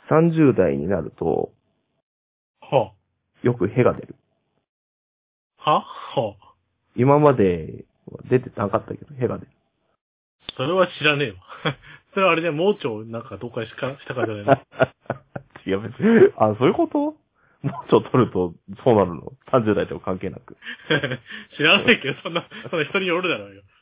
30代になると、 はよく屁が出る。 はは今まで出てなかったけど、屁が出る。 それは知らねえわ。それはあれで盲腸なんかどっかしたかじゃないの違う、別に。あ、そういうこと？もうちょっと取ると、そうなるの？ 30 代とも関係なく。 知らないけど、そんな人によるだろうよ。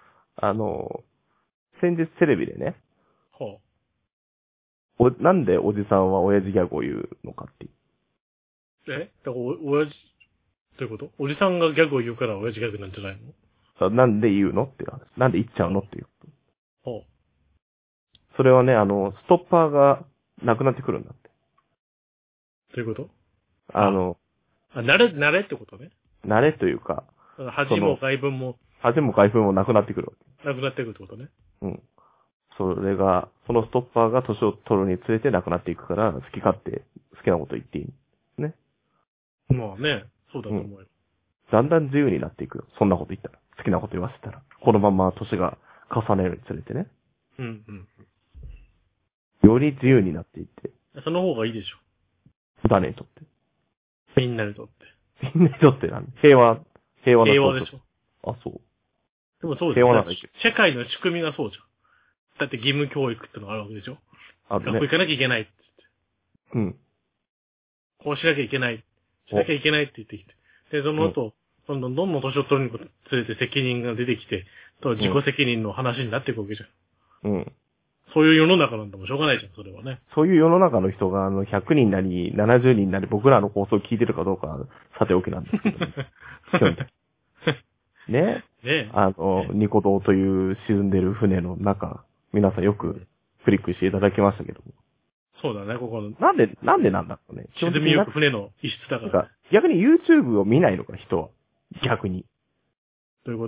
先日テレビでね、 はなんでおじさんは親父ギャグを言うのかっていう。 だから親父、どういうこと？おじさんがギャグを言うから親父ギャグなんじゃないの？ なんで言うのっていう話。なんで言っちゃうのっていう。 はそれはね、ストッパーがなくなってくるんだって。 どういうこと？慣れってことね。 慣れというか、 恥も外文も恥も外風もなくなってくるわけ。 なくなっていくってことね。 うん。そのストッパーが年を取るにつれてなくなっていくから、好き勝手、好きなこと言っていい。ね。 まあね、そうだと思うよ。 だんだん自由になっていくよ。そんなこと言ったら。好きなこと言わせたら。このまま年が重ねるにつれてね。 うんうん。 より自由になっていって。 その方がいいでしょ。 誰にとって。 みんなにとって。 みんなにとって平和な。 平和でしょ。 あ、そう。 でもそうですよ。 平和なだけ。 社会の仕組みがそうじゃん。だって義務教育ってのがあるわけでしょ。 あるね。 学校行かなきゃいけないってうん。 言って。こうしなきゃいけない。しなきゃいけないって言ってきて。で、その後、どんどん年を取るにつれて責任が出てきて、自己責任の話になっていくわけじゃん。 うん。 そういう世の中なんだもんしょうがないじゃん、それはね。 そういう世の中の人が、100人なり、70人なり、僕らの放送を聞いてるかどうかは、さておきなんですけど、ね。基本的にね。 ねニコ動という沈んでる船の中、皆さんよくクリックしていただきましたけども。 そうだね、ここの。 なんでなんだろうね。 沈みゆく船の一室だから。 逆に YouTube を見ないのか、人は。逆に。 どういうこと？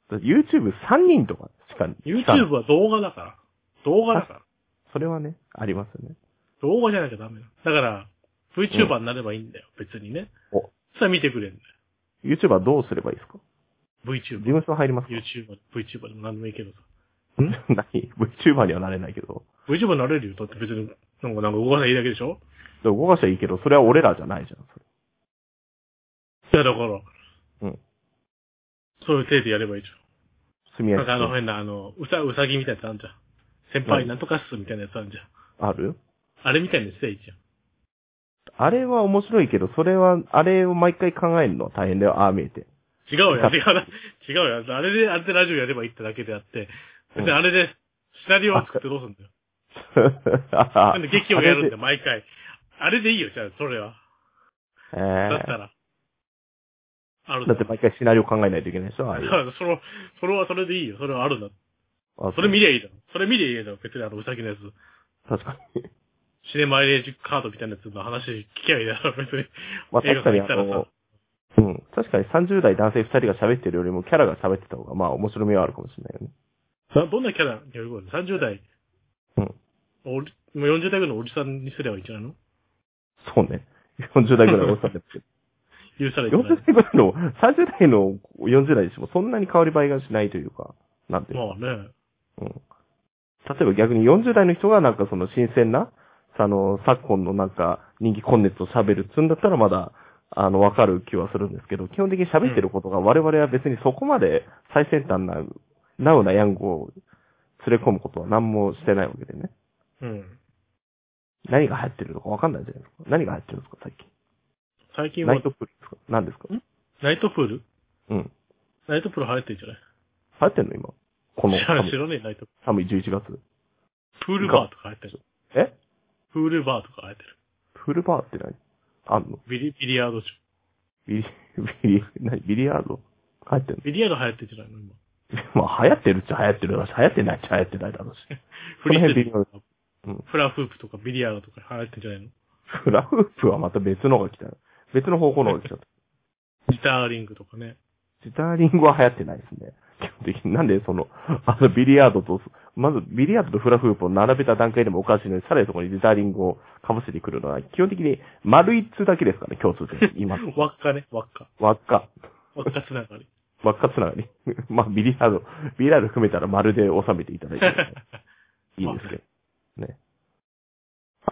YouTube3 人とかしか。 YouTube は動画だから。動画だから。 それはね、ありますよね。 動画じゃなきゃダメだ。だから、VTuber になればいいんだよ、別にね。そしたら見てくれるんだよ。 YouTuber どうすればいいですか？ VTuber。 事務所入りますか？ VTuber でも何でもいいけどさ。 何 ?VTuber にはなれないけど。 VTuber になれるよ。だって別に、なんか動かせばいいだけでしょ？ 動かしゃいいけど、それは俺らじゃないじゃん。 いや、だから、 うん。 そういう手でやればいいじゃん。 住みやすい。 なんか変なうさぎみたいなやつあるじゃん。先輩なんとかっすみたいなやつあるじゃん。 ある？ あれみたいにしていいじゃん。 あれは面白いけど、あれを毎回考えるのは大変だよ、ああ見えて。 違うよ。あれでラジオやればいいってだけであって、別にあれでシナリオを作ってどうすんだよ。なんで劇をやるんだよ、毎回。あれでいいよ、じゃあ、それは。だったら。 だって毎回シナリオ考えないといけないでしょ、ああいう。 それはそれでいいよ。それはあるんだ。それ見りゃいいだろ。それ見りゃいいだろ、別にうさぎのやつ。 確かに。 シネマイレージカードみたいなやつの話聞きゃいいだろ、別に。 まあ確かに確かに30代男性2人が喋ってるよりもキャラが喋ってた方がまあ面白みはあるかもしれないよね。 どんなキャラやること ?30 代。 うん。 もう40代ぐらいのおじさんにすればいいんじゃないの？ そうね。40代ぐらいのおじさんですけど。 許されてない。 40代ぐらいの、30代の40代にしてもそんなに変わり映えがしないというか、なんていうか。 まあね。 うん。例えば逆に40代の人がなんかその新鮮な、昨今のなんか人気コンテンツを喋るっつうんだったらまだ、わかる気はするんですけど、基本的に喋ってることが我々は別にそこまで最先端な、ナウなヤングを連れ込むことは何もしてないわけでね。 うん。 何が流行ってるのかわかんないじゃないですか。何が流行ってるんですか、 最近は。 ナイトプールですか？何ですか？ ナイトプール？ うん。 ナイトプール流行ってんじゃない？ 流行ってんの今。この知らねえ、ナイトプール。 寒い11月。 プールバーとか流行ってる。 え？ プールバーとか流行ってる。 プールバーって何？あんの？ ビリヤードビリヤード流行ってんの？ ビリヤード流行ってんじゃないの今。 まあ流行ってるっちゃ流行ってるだし、流行ってないっちゃ流行ってないだろうし。 フリースビリヤード。 うん。フラフープとかビリヤードとか流行ってんじゃないの？ フラフープはまた別のが来た。別の方向のが来ちゃった。 ギターリングとかね。 ギターリングは流行ってないですね。基本的に。なんでビリヤードと、まずビリヤードとフラフープを並べた段階でもおかしいのに、さらにそこにギターリングを被せてくるのは、基本的に丸一通だけですからね、共通点。今。 輪っかね、輪っか。 輪っかつながり。 輪っかつながり。まあ、ビリヤード含めたら丸で収めていただいて、いいですけど。ね。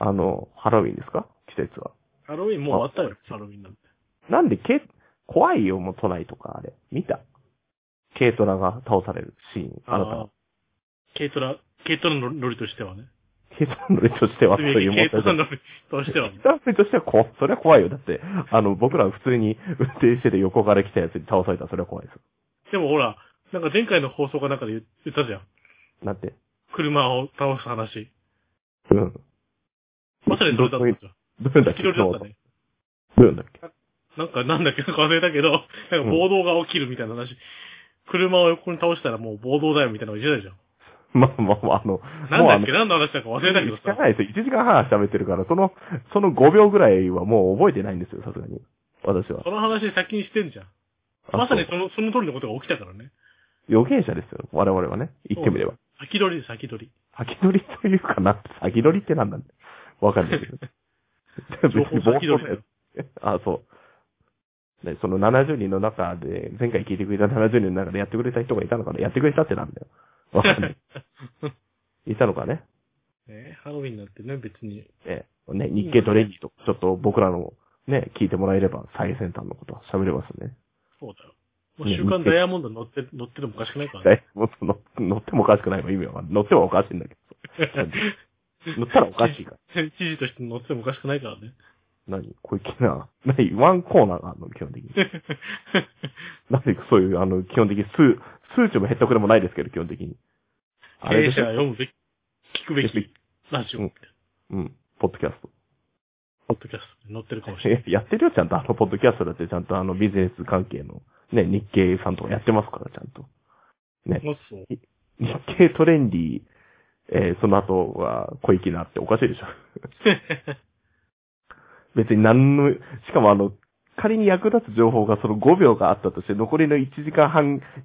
ハロウィンですか？季節は。 ハロウィンもう終わったよ、ハロウィンなんて。 なんで、怖いよ、もう都内とか、あれ。見た？軽トラが倒されるシーン。あなたは。 軽トラの乗りとしてはね。 軽トラ乗りとしては、そういう問題軽トラ乗りとしてはね。 軽トラ乗りとしてはそれは怖いよ。だって、僕ら普通に運転してて横から来たやつに倒されたらそれは怖いですよ。 でもほら、なんか前回の放送かなんかで言ったじゃん。 なんて。 車を倒す話。 うん。 まさにそれだったじゃん。 どういうんだっけ？ 先取りだったね。 どういうんだっけ？ なんだっけ忘れたけど、なんか暴動が起きるみたいな話。車を横に倒したらもう暴動だよみたいなの言ってたじゃん。 なんだっけ何の話だか忘れたけどさ。 知らないですよ。1時間半喋ってるから、その5秒ぐらいはもう覚えてないんですよ、さすがに。私は。 その話先にしてんじゃん。まさにその通りのことが起きたからね。 預言者ですよ、我々はね。言ってみれば。 先取りです、先取り。 先取りというかな、先取りってなんだね。わかんないけど。 情報先取りだよ。 あ、そう。で、その70人の中で、前回聞いてくれた70人の中でやってくれた人がいたのかな？やってくれたってなんだよ。わかんない。いたのかね。 ハロウィンなんてね、別に。 日経トレンディとか、ちょっと僕らのね、聞いてもらえれば最先端のことは喋れますね。 そうだよ。もう週刊ダイヤモンド乗ってもおかしくないからね。 乗ってもおかしくないの意味は。乗ってもおかしいんだけど。乗ったらおかしいから。 知事として乗ってもおかしくないからね。 小粋な。ワンコーナーがあるの、基本的に。そういう、基本的に数値も減ったくれもないですけど、基本的に。 経営者が読むべき、聞くべき、ラジオ。 うん。ポッドキャスト。 ポッドキャスト乗ってるかもしれない。 やってるよ、ちゃんと。ポッドキャストだってちゃんとビジネス関係の、ね、日経さんとかやってますから、ちゃんと。ね。日経トレンディ、その後は小粋なっておかしいでしょ。別にしかも仮に役立つ情報がその5秒があったとして、残りの1時間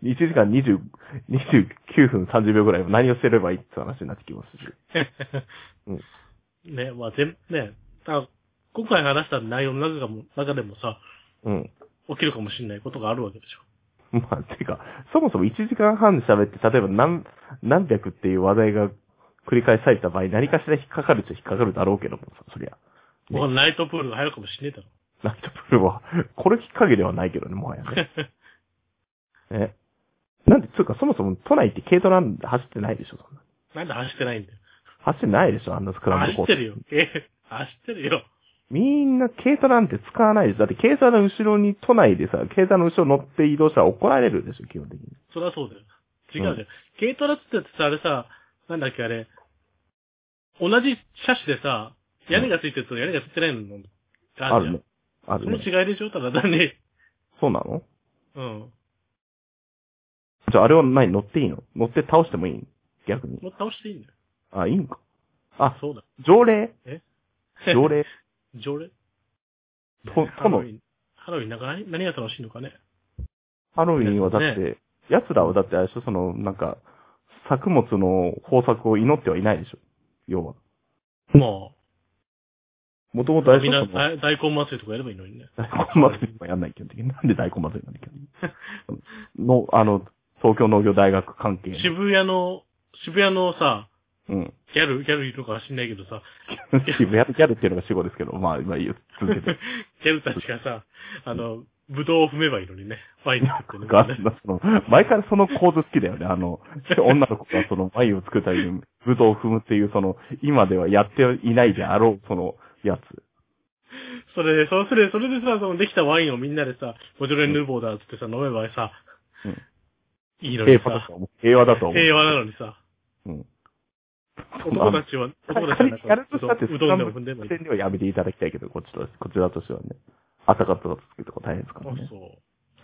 29分30秒ぐらいは何をすればいいって話になってきますし。 うん、ね、まあ今回話した内容の中でもさ、起きるかもしれないことがあるわけでしょ。 まあ、てか、そもそも1時間半喋って、例えば何百っていう話題が繰り返された場合、何かしら引っかかるっちゃ引っかかるだろうけどもさ、そりゃ。 もうナイトプールが入るかもしれねえだろ。 ナイトプールは、これきっかけではないけどね、もはやね。なんで、つうか、そもそも都内って軽トラ走ってないでしょ、そんな。 なんで走ってないんだよ。 走ってないでしょ、あんなスクランブルコース。 走ってるよ。走ってるよ。 みんな軽トラなんて使わないです。だって軽トラの後ろに都内でさ、軽トラの後ろ乗って移動したら怒られるでしょ、基本的に。 そりゃそうだよ。違うじゃん。軽トラって言ってさ、あれさ、なんだっけあれ、同じ車種でさ、屋根がついてると屋根がついてないのあるね。あるね。 その違いでしょ、ただ単に。 そうなの？ うん。 じゃああれは乗っていいの？乗って倒してもいいの？逆に。 倒していいんだよ。 あ、いいんか。あ、 そうだ。 条例？条例？ 条例？ ハロウィン。 ハロウィンなんか何が楽しいのかね。 ハロウィンはだって、奴らはだってあれでしょ、なんか、作物の豊作を祈ってはいないでしょ。要は。 まあ。 もともとあれでしょ。 みんな大根祭りとかやればいいのにね。 大根祭りとかやんないけど、なんで大根祭りなんだけど。東京農業大学関係。 渋谷のさ、 うん。 ギャルいるのか知んないけどさ。 渋谷ギャルっていうのが死語ですけど、まあ、今言う、続けて。 ギャルたちがさ、ぶどうを踏めばいいのにね。ワイン作ってね。 前からその構図好きだよね。女の子がワインを作るためにぶどうを踏むっていう、今ではやっていないであろう、やつ。 それでさ、できたワインをみんなでさ、ボジョレ・ヌーボーだっつってさ、飲めばさ、いいのにさ。 平和だと思う。 平和なのにさ。 うん。 男たちはやるとしたって、 うどんでも踏んでもいい。 点ではやめていただきたいけど、こちらとしてはね。朝方だとつけるとか大変ですからね。 そう。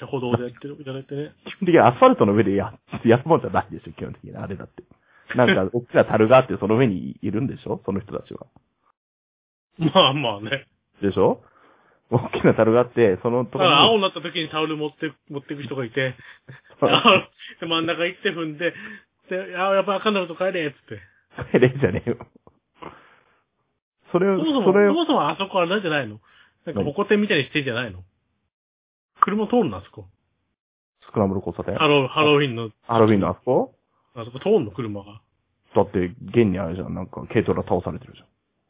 歩道でやってる、いただいてね。 基本的にアスファルトの上でやるもんじゃないでしょ、基本的に。あれだって。なんか、大きな樽があって、その上にいるんでしょ、その人たちは。 まあまあね。 でしょ、大きな樽があって、そのところに。 青になった時にタオル持ってく人がいて、で真ん中行って踏んで、やっぱ赤になると帰れ、つって。 帰れじゃねえよ。そもそもあそこはなんじゃないの？なんか、ホコ天みたいにしてんじゃないの？車通るのあそこ。 スクランブル交差点？ ハロウィンの。 ハロウィンのあそこ？ あそこ通るの車が。 だって、現にあれじゃん、なんか、軽トラ倒されてるじゃん。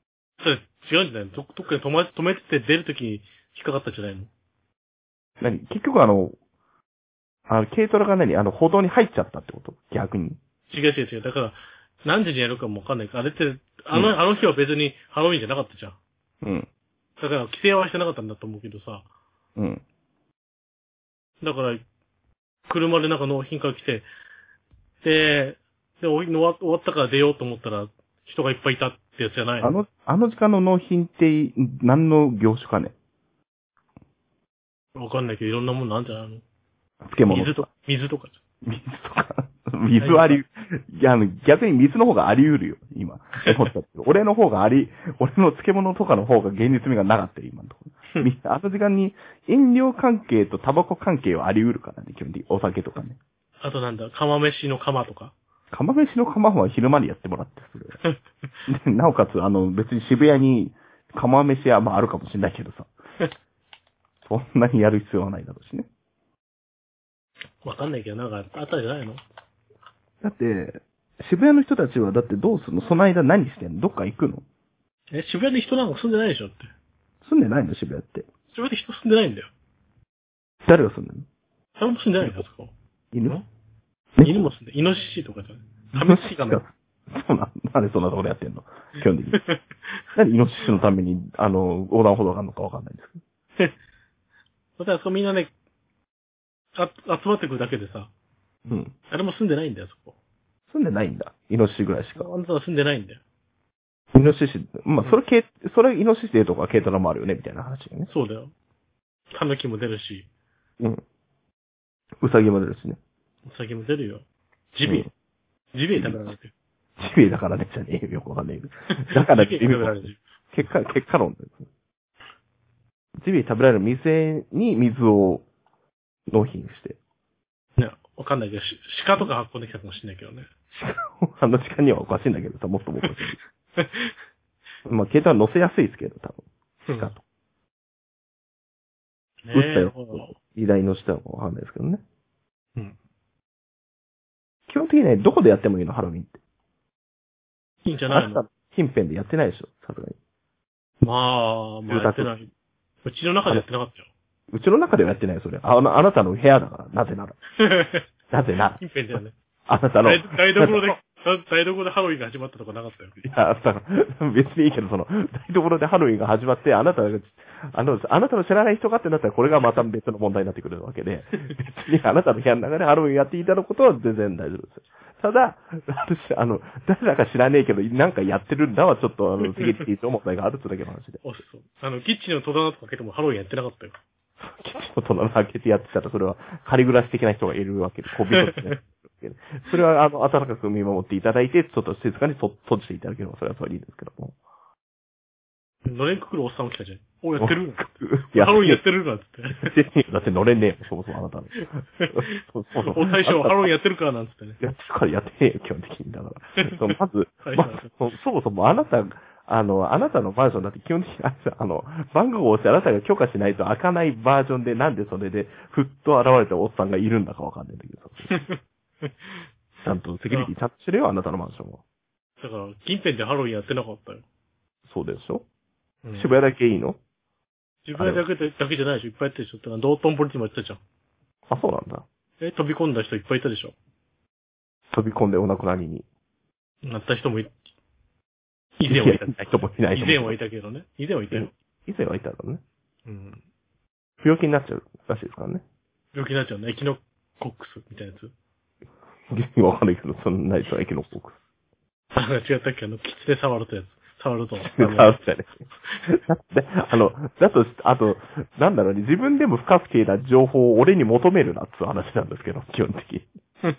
それ違うんじゃないの？どっかで止めてて出るときに引っかかったんじゃないの？ 結局軽トラが歩道に入っちゃったってこと？逆に。 違う。だから、何時にやるかもわかんないから、あれって、あの日は別にハロウィンじゃなかったじゃん。 うん。 だから、規制はしてなかったんだと思うけどさ。 うん。 だから、車で納品から来て、で、終わったから出ようと思ったら、人がいっぱいいたってやつじゃないの？ あの時間の納品って何の業種かね？ わかんないけど、いろんなもんなんじゃないの？ 漬物。 水とか。 水とか。水あり、逆に水の方があり得るよ、今。俺の漬物とかの方が現実味がなかったよ、今のところ。あの時間に飲料関係とタバコ関係はあり得るからね、基本的に。お酒とかね。 あとなんだ、釜飯の釜とか。 釜飯の釜は昼間にやってもらって、それ。でなおかつ、別に渋谷に釜飯はあるかもしれないけどさ。そんなにやる必要はないだろうしね。 わかんないけど、なんか、あったんじゃないの？ だって、渋谷の人たちはだってどうするの？その間何してんの？どっか行くの？ 渋谷に人なんか住んでないでしょって。 住んでないの？渋谷って。 渋谷で人住んでないんだよ。 誰が住んでんの？ 誰も住んでないんだよ、そこ。 犬も住んで、イノシシとかじゃない。 イノシシがそうなんでそんなところやってんの？基本的に。何イノシシのために、横断歩道があるのかわかんないんですけど。 だからそこみんなね、集まってくるだけでさ。 うん。 誰も住んでないんだよ、そこ。 住んでないんだ。イノシシぐらいしか。 あんたは住んでないんだよ。 イノシシ、それイノシシでとか軽トラもあるよね、みたいな話よね。 そうだよ。タヌキも出るし。 うん。ウサギも出るしね。 ウサギも出るよ。ジビエ。ジビエ食べられてる。 ジビエだからね、じゃねえよ。よくわかんないけど。だからジビエ食べられる。結果論だよ。ジビエ食べられる店に水を納品して。 ね、わかんないけど、鹿とか運んできたかもしれないけどね。 あの時間にはおかしいんだけどさ、もっともおかしい。軽トラ乗せやすいですけど、多分。鹿と。打ったよ。依頼の人はわかんないですけどね。 うん。 基本的にね、どこでやってもいいの、ハロウィンって。 いいんじゃないの？ 近辺でやってないでしょ、さすがに。 まあ、やってない。うちの中でやってなかったよ。 うちの中ではやってないよ、それ。あなたの部屋だから、なぜなら。なぜなら。 近辺だよね。 あなたの。 台所でハロウィンが始まったとかなかったよ。 いや、だから別にいいけど、台所でハロウィンが始まって、あなたの知らない人がってなったら、これがまた別の問題になってくるわけで、別にあなたの部屋の中でハロウィンやっていただくことは全然大丈夫です。ただ、誰だか知らねえけど、なんかやってるんだはちょっと、セキュリティ上問題があるってだけの話で。 そう。キッチンの戸棚とか開けてもハロウィンやってなかったよ。 キッチンの戸棚開けてやってたら、それは仮暮らし的な人がいるわけで、コビドですね。それは、温かく見守っていただいて、ちょっと静かに閉じていただければ、それはそれでいいですけども。 のれんくくるおっさんも来たじゃん。やってるハロウィンやってるなんつって。 だってのれんねえよ、そもそもあなたの。 最初ハロウィンやってるからなんつってね。 やってるからやってねえよ、基本的に。だから。まず、そもそもあなたのマンションだって基本的に、番号を押してあなたが許可しないと開かないバージョンで、なんでそれで、ふっと現れたおっさんがいるんだかわかんないんだけどさ。ちゃんと、セキュリティちゃんとしてるよ、あなたのマンションは。 だから、近辺でハロウィンやってなかったよ。 そうでしょ、渋谷だけいいの？ 渋谷だけじゃないでしょ、いっぱいやってるでしょ。道頓堀にもやってたじゃん。 あ、そうなんだ。 飛び込んだ人いっぱいいたでしょ。 飛び込んでお亡くなりに。 なった人も以前はいた。 人もいない。 以前はいたけどね。以前はいたよ。 以前はいたのね。 うん。 病気になっちゃうらしいですからね。 病気になっちゃうね。エキノコックスみたいなやつ。 わかんないけど、そんなやつはエキノコックス。 違ったっけキツネ触るとやつ。触ると。 触ったね。だって、あと、なんだろうね、自分でも不確定な情報を俺に求めるなっていう話なんですけど、基本的に。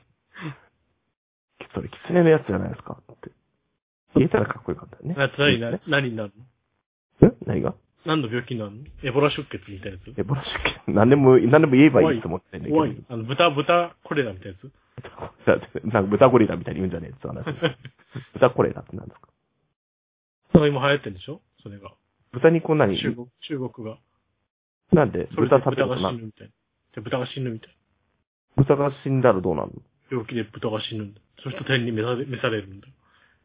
それ、キツネのやつじゃないですかって。言えたらかっこよかったよね。 何になるの？何が？ 何の病気になるの？エボラ出血みたいなやつ？ エボラ出血。何でも言えばいいと思ってんだけど。 怖い。豚コレラみたいなやつ？ なんか豚ゴリラみたいに言うんじゃねえって話。豚コレラって何ですか？ 今流行ってんでしょそれが。 豚肉を何？ 中国が。 なんで豚食べると豚が死ぬみたいな。豚が死ぬみたいな。豚が死んだらどうなるの？ 病気で豚が死ぬんだ。そして天に召されるんだ。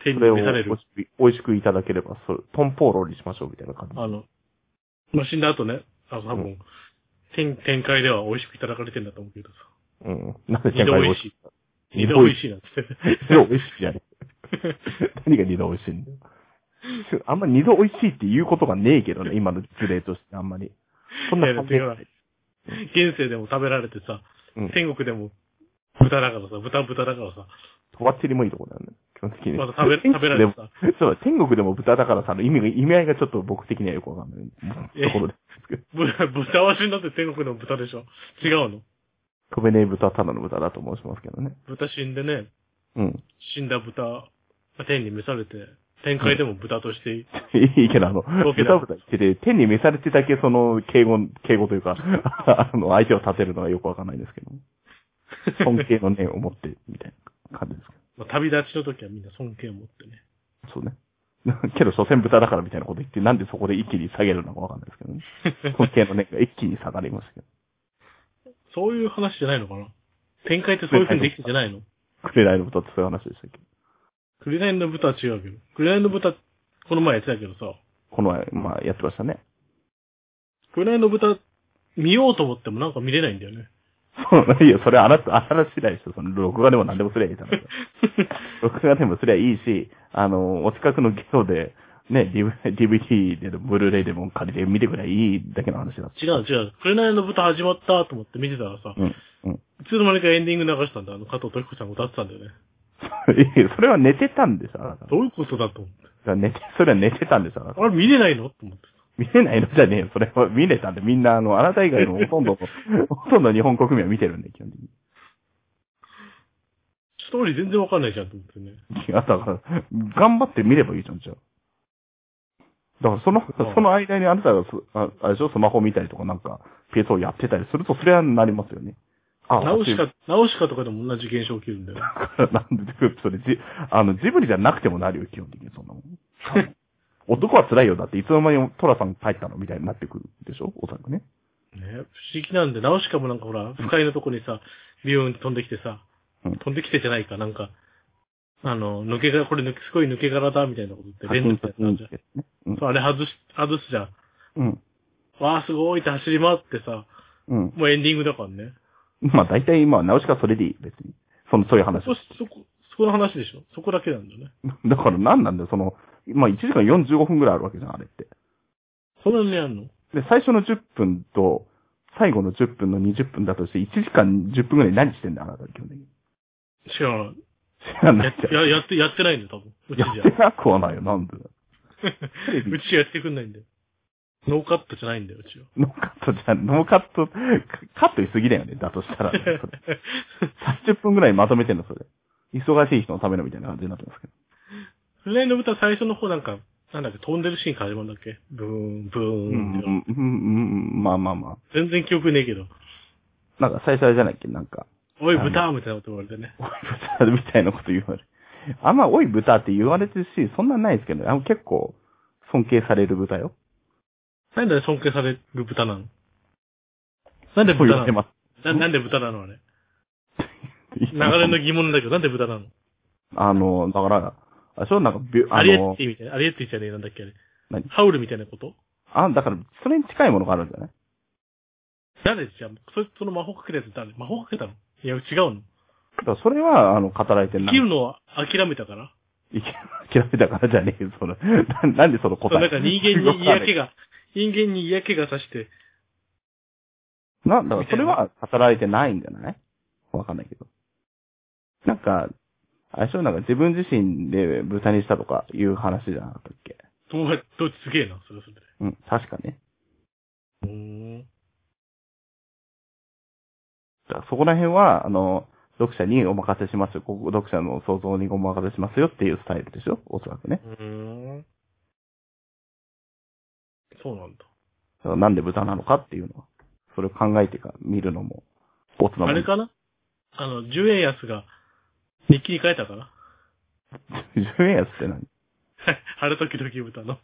天それをに召される。 美味しくいただければ、トンポーロにしましょうみたいな感じ。 まあ、死んだ後ね、多分、天界では美味しくいただかれてんだと思うけどさ。 うん。なんで二度美味しい。二度美味しいなんつって。 二度美味しいじゃねえ。何が二度美味しいんだよ。あんま二度美味しいって言うことがねえけどね、今の実例としてあんまり。そんな感じ。 現世でも食べられてさ、天国でも豚だからさ、豚だからさ。 とばっちりもいいとこだよね。基本的に。 まだ食べられてさ。 そう、天国でも豚だからさ、意味合いがちょっと僕的にはよくわかんないところで。 豚は死んだって天国でも豚でしょ。違うの？ 飛べねえ豚はただの豚だと申しますけどね。 豚死んでね。 うん。 死んだ豚が天に召されて、天界でも豚としていいけど豚言ってて、天に召されてだけその敬語というか、相手を立てるのはよくわかんないんですけど。尊敬の念を持って、みたいな感じですけど。 まあ、旅立ちの時はみんな尊敬を持ってね。 そうね。けど、所詮豚だからみたいなこと言って、なんでそこで一気に下げるのかわかんないですけどね。尊敬の念が一気に下がりましたけど。 そういう話じゃないのかな？天界ってそういう風にできてんじゃないの？ 紅の豚ってそういう話でしたっけ？ 紅の豚は違うけど。紅の豚、この前やってたけどさ。 この前、まあ、やってましたね。 紅の豚、見ようと思ってもなんか見れないんだよね。 いや、それあなた次第ですよ。その、録画でも何でもすりゃいいじゃないですか。録画でもすりゃいいし、お近くのゲオで、ね、DVD で、ブルーレイでも借りて見てくればいいだけの話だ。 違う。紅の豚始まったと思って見てたらさ、いつの間にかエンディング流したんだ。加藤時子さんが歌ってたんだよね。 それは寝てたんでしょ、あなた。 どういうことだと思って。 それは寝てたんでしょ、 あれ見れないのと思って。 見れないのじゃねえよ。それは見れたんで、みんな、あなた以外のほとんど日本国民は見てるんで、基本的に。 ストーリー全然わかんないじゃんと思ってね。 いや、だから、頑張って見ればいいじゃん、じゃあ。だからその間にあなたがあれでしょ、スマホ見たりとかなんか、PS をやってたりすると、それはなりますよね。 ナウシカとかでも同じ現象起きるんだよ。 なんで、それ、ジブリじゃなくてもなるよ、基本的にそんなもん。男は辛いよ。だって、いつの間にトラさん帰ったのみたいになってくるでしょ、おそらくね。 ね、不思議なんで、ナウシカもなんかほら、不快なとこにさ、ビューンって飛んできてさ、飛んできてじゃないか、なんか、これすごい抜け殻だ、みたいなこと言って、レンズってやつなんじゃん。そう、あれ外すじゃん。わーすごいって走り回ってさ、もうエンディングだからね。 まあ大体ナウシカそれでいい、別に。そういう話。 そこの話でしょ。そこだけなんだよね。 だから何なんだよ、1時間45分くらいあるわけじゃん、あれって。 そんなにあんの？ で、最初の10分と、最後の10分の20分だとして、1時間10分くらい何してんだよ、あなた、基本的に。 知らない。 知らない。 やってないんだよ、多分。うちじゃ。 やってなくはないよ、なんで。 うちやってくんないんだよ。ノーカットじゃないんだよ、うちは。 ノーカット、カットしすぎだよね、だとしたら、ね。30分くらいまとめてんの、それ。忙しい人のためのみたいな感じになってますけど。 紅の豚最初の方なんか、なんだっけ、飛んでるシーンから始まるんだっけ？ブーン、ブーンって。 まあ。 全然記憶ねえけど。 なんか最初あれじゃないっけ、なんか。 おい豚みたいなこと言われてね。 おい豚みたいなこと言われる。あんまおい豚って言われてるし、そんなないですけど、結構尊敬される豚よ。 なんで尊敬される豚なの？なんで豚なの？なんで豚なのあれ。流れの疑問だけど、なんで豚なの？ だから、なんか、 アリエッティみたいな、アリエッティじゃねえなんだっけあれ。 何？ ハウルみたいなこと？ だから、それに近いものがあるんじゃない？ 誰じゃん。その魔法かけたやつ誰？魔法かけたの？いや、違うの。 だからそれは、語られてる生きるのは諦めたから？ 諦めたからじゃねえよ、なんでその答え。 なんか人間に嫌気がさして。 だからそれは語られてないんじゃない？わかんないけど。なんか、あれでしょ、なんか自分自身で豚にしたとかいう話じゃなかったっけ？ どっちすげえな、それ。 うん、確かね。だからそこら辺は、読者にお任せしますよ。読者の想像にお任せしますよっていうスタイルでしょ？おそらくね。 そうなんだ。 だからなんで豚なのかっていうのは、それを考えて見るのも、大人も。 あれかな10円安が、日記に変えたかな 10円安って何？ 春時々豚の。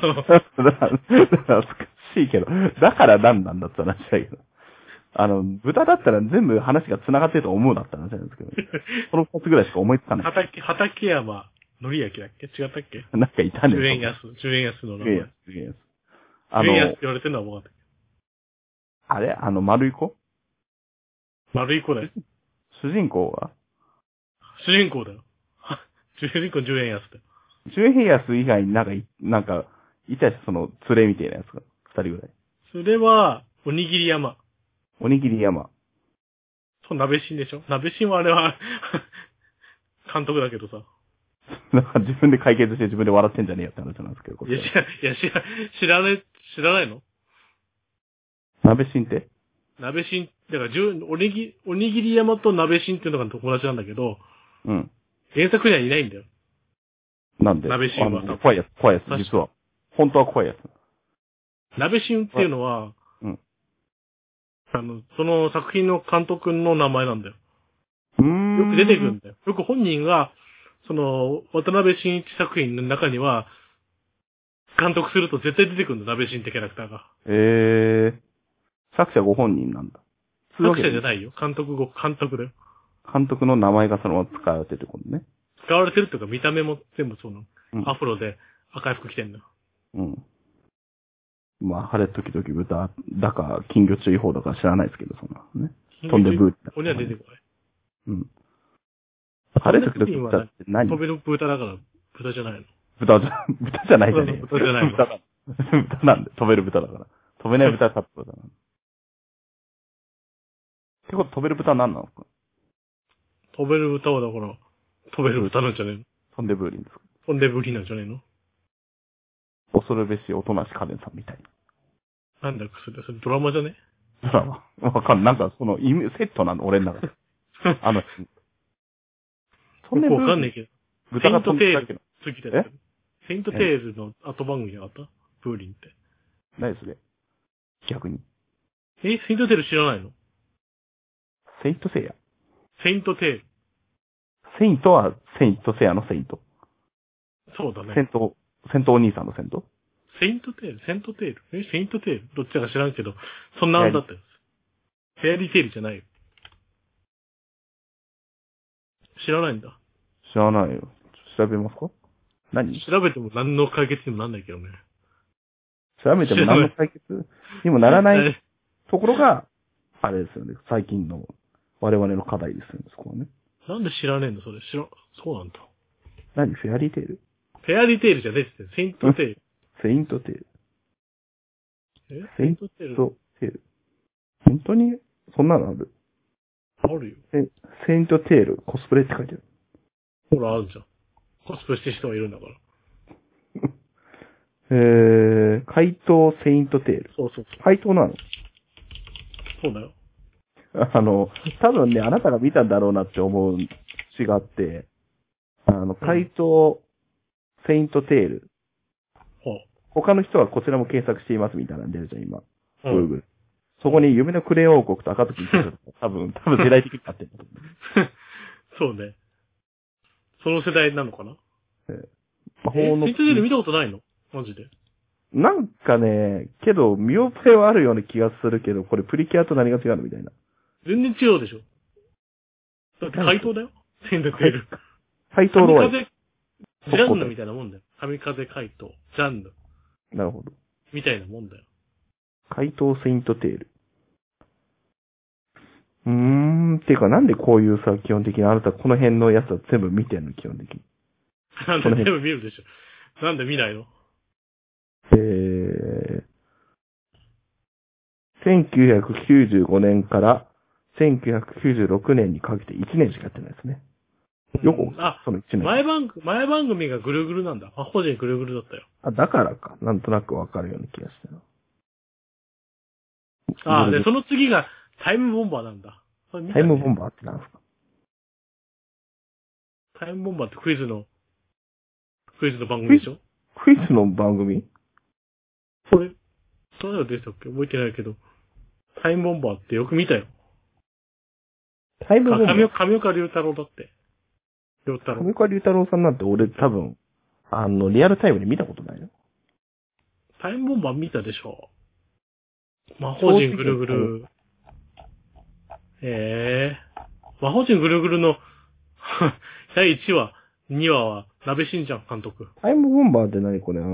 懐かしいけど、だから何なんだって話だけど。豚だったら全部話が繋がってると思うだった話なんですけど、ね、この2つぐらいしか思いつかない。 畠山のり焼きだっけ違ったっけなんかいたね。 10円安の名前。 10円安、10円安。 10円安って言われてるのは分かった。 あれ丸い子丸い子だよ。 主人公は主人公だよ。主人公10円安だよ。 10円安以外になんか、いたし、その、連れみたいなやつが、2人ぐらい。 それは、おにぎり山。 おにぎり山。 そう、鍋しんでしょ鍋しんはあれは、監督だけどさ。 なんか自分で解決して自分で笑ってんじゃねえよって話なんですけど、こいや、 れ。 知らないの鍋しんって鍋しん、だからおにぎり山と鍋しんっていうのが友達なんだけど、 うん。 原作にはいないんだよ。 なんで鍋しんは多分怖いやつ、実は。本当は怖いやつ。 鍋しんっていうのは、 うん。 その作品の監督の名前なんだよ。 よくよく出てくるんだよ。よく本人が、その、渡辺真一作品の中には、監督すると絶対出てくるんだ、鍋しんってキャラクターが。 作者ご本人なんだ。 作者じゃないよ。監督だよ。 監督の名前がそのまま使われてるってことね。 使われてるっていうか見た目も全部そうなの。 うん。 アフロで赤い服着てんだよ。 うん。まあ、晴れ時々豚だか、金魚注意報だか知らないですけど、そんなのね。飛んでブーここには出てこない。 うん。晴れ時々豚って何？ 飛べる豚だから、豚じゃないの。 豚じゃないじゃねえよ。 豚じゃないの。 豚なんで、飛べる豚だから。飛べない豚はカットだな。ってこと飛べる豚は何なのか？ 飛べる豚はだから、飛べる豚なんじゃねえの？ 飛んでブーリンですか？ 飛んでブリなんじゃねえの？ 恐るべしおとなしカレンさんみたいな。 なんだよ、それドラマじゃね？ ドラマわかんない。なんかそのセットなの、俺の中で。 飛んでブーリン。わかんないけど。 豚が飛んでたけど。 セイントテールの後番組なかった？ブーリンって。 何それ？逆に。 セイントテール知らないの？ セイントセイヤ。 セイントテール。 セイントはセイントセイヤのセイント。 そうだね。 戦闘お兄さんの戦闘？ セイントテールセイントテールセイントテールどっちか知らんけど、そんなのだったよ。フェアリーテールじゃないよ。知らないんだ。 知らないよ。調べますか？何？ 調べても何の解決にもなんないけどね。 調べても何の解決にもならないところが、あれですよね。最近の我々の課題ですよね、そこはね。 なんで知らねえのそれ。そうなんだ。 何？フェアリーテール？ フェアリーテールじゃねえって。セイントテール。 セイントテール。 セイントテール。 本当にそんなのある？ あるよ。 セイントテール、コスプレって書いてある。 ほら、あるじゃん。コスプレしてる人がいるんだから。 怪盗セイントテール。 そう。 怪盗なの？ そうだよ。 多分ね、あなたが見たんだろうなって思う詩があって、怪盗セイントテール。他の人はこちらも検索していますみたいなの出るじゃん、今。Google。そこに夢のクレヨン王国と赤時って多分世代的になってる。 そうね。その世代なのかな？ 魔法の。 セイントテール見たことないの？マジで。 なんかね、けど、見覚えはあるような気がするけど、これプリキュアと何が違うのみたいな。 全然違うでしょ。だって怪盗だよ。セイントテール。 怪盗ロワイル。 ジャンヌみたいなもんだよ。神風怪盗。ジャンヌ。 なるほど。 みたいなもんだよ。 怪盗セイントテール。っていうかなんでこういうさ、基本的にあなたこの辺のやつは全部見てんの、基本的に。 なんで全部見るでしょ。なんで見ないの ？1995年から1996年にかけて1年しかやってないですね。よく、その1年。 前番組がぐるぐるなんだ。魔法陣ぐるぐるだったよ。 だからか。なんとなくわかるような気がしたな。で、その次がタイムボンバーなんだ。 タイムボンバーって何ですか？ タイムボンバーってクイズの番組でしょ？ クイズの番組？ それは出たっけ覚えてないけど、タイムボンバーってよく見たよ。 タイムボンバー？ 上岡龍太郎だって。上岡龍太郎さんなんて俺多分、リアルタイムで見たことないよ。 タイムボンバー見たでしょ？魔法陣ぐるぐる。魔法陣ぐるぐるの第1話、2話は鍋しんちゃん監督。 タイムボンバーって何これ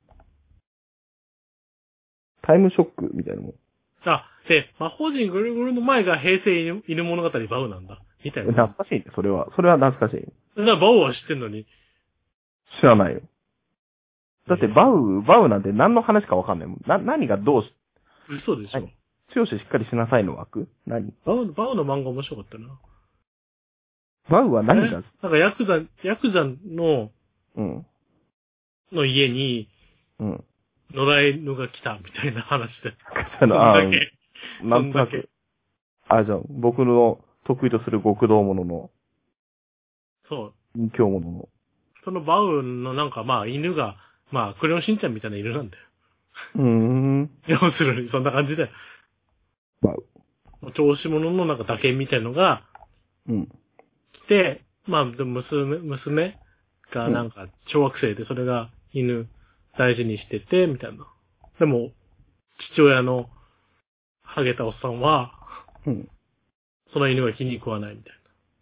タイムショックみたいなもん。 あ、で、魔法陣ぐるぐるの前が平成犬物語バウなんだ。みたいな。 懐かしいね、それは。それは懐かしい。 だからバウは知ってんのに。 知らないよ。だってバウなんて何の話かわかんないもん。何がどうし、 嘘でしょ。 強ししっかりしなさいの枠何バウの漫画面白かったな。 バウは何がなんかヤクザの、 うん。 の家に、 うん。 野良犬が来たみたいな話で。 なんとなく。じゃあ、僕の得意とする極道ものの。 そう。 人形ものの。 そのバウのなんかまあ犬が、まあクレヨンしんちゃんみたいな犬なんだよ。要するにそんな感じだよ。 バウ。 調子者のなんか打鍵みたいのが、 うん。 来て、まあでも娘がなんか小学生でそれが犬大事にしてて、みたいな。でも、父親のハゲたおっさんは、 うん。 その犬が気に食わないみたい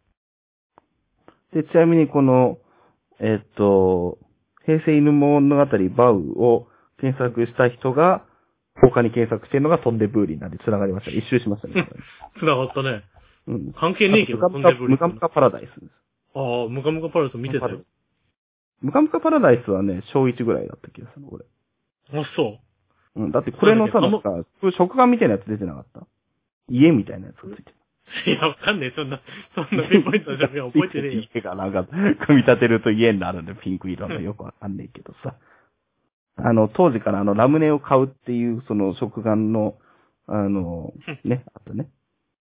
で、ちなみにこの、平成犬物語バウを検索した人が、他に検索してるのがトンデブーリーなんで繋がりましたね。一周しましたね。 な。繋がったね。 うん。 関係ねえけど、 ムカムカパラダイスです。 ああ、ムカムカパラダイス見てたよ。 ムカムカパラダイスはね、小1ぐらいだった気がする、これ。 あ、そう。 うん。だってこれのさ、なんか、食玩みたいなやつ出てなかった？家みたいなやつがついてる。 いや、わかんねえ。そんなピンポイントの写真覚えてねえよ。 家がなんか、組み立てると家になるんで、ピンク色のよくわかんねえけどさ。当時からラムネを買うっていう、その食玩の、ね、あとね。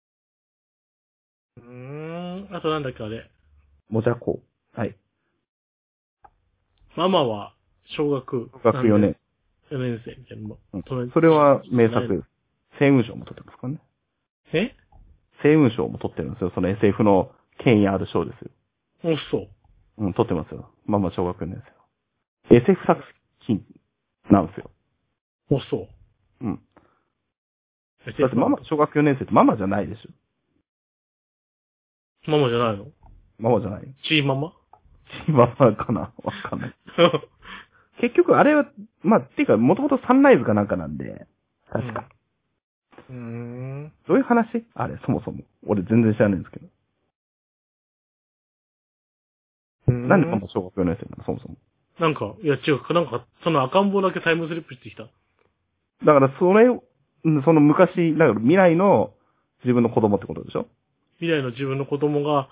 あとなんだっけあれ。 もじゃこ。はい。 ママは、小学 4年。 4年生みたいなの。 それは名作です。星雲賞も取ってますからね。 え？ 星雲賞も取ってるんですよ。その SF の権威ある賞ですよ。 そう。 うん、取ってますよ。ママ小学4年生。SF 作品なんですよ。 そう。 うん。だってママ小学4年生ってママじゃないでしょ。 ママじゃないの？ ママじゃないよ。 チーママ？ チーママかなわかんない。結局あれは、まあ、ていうか、もともとサンライズかなんかなんで、確か。どういう話あれ、そもそも。俺全然知らないんですけど。なんでママ小学4年生なのそもそも。 なんか、いや違う、なんか、その赤ん坊だけタイムスリップしてきた。 だからそれを、その昔、だから未来の自分の子供ってことでしょ？ 未来の自分の子供が、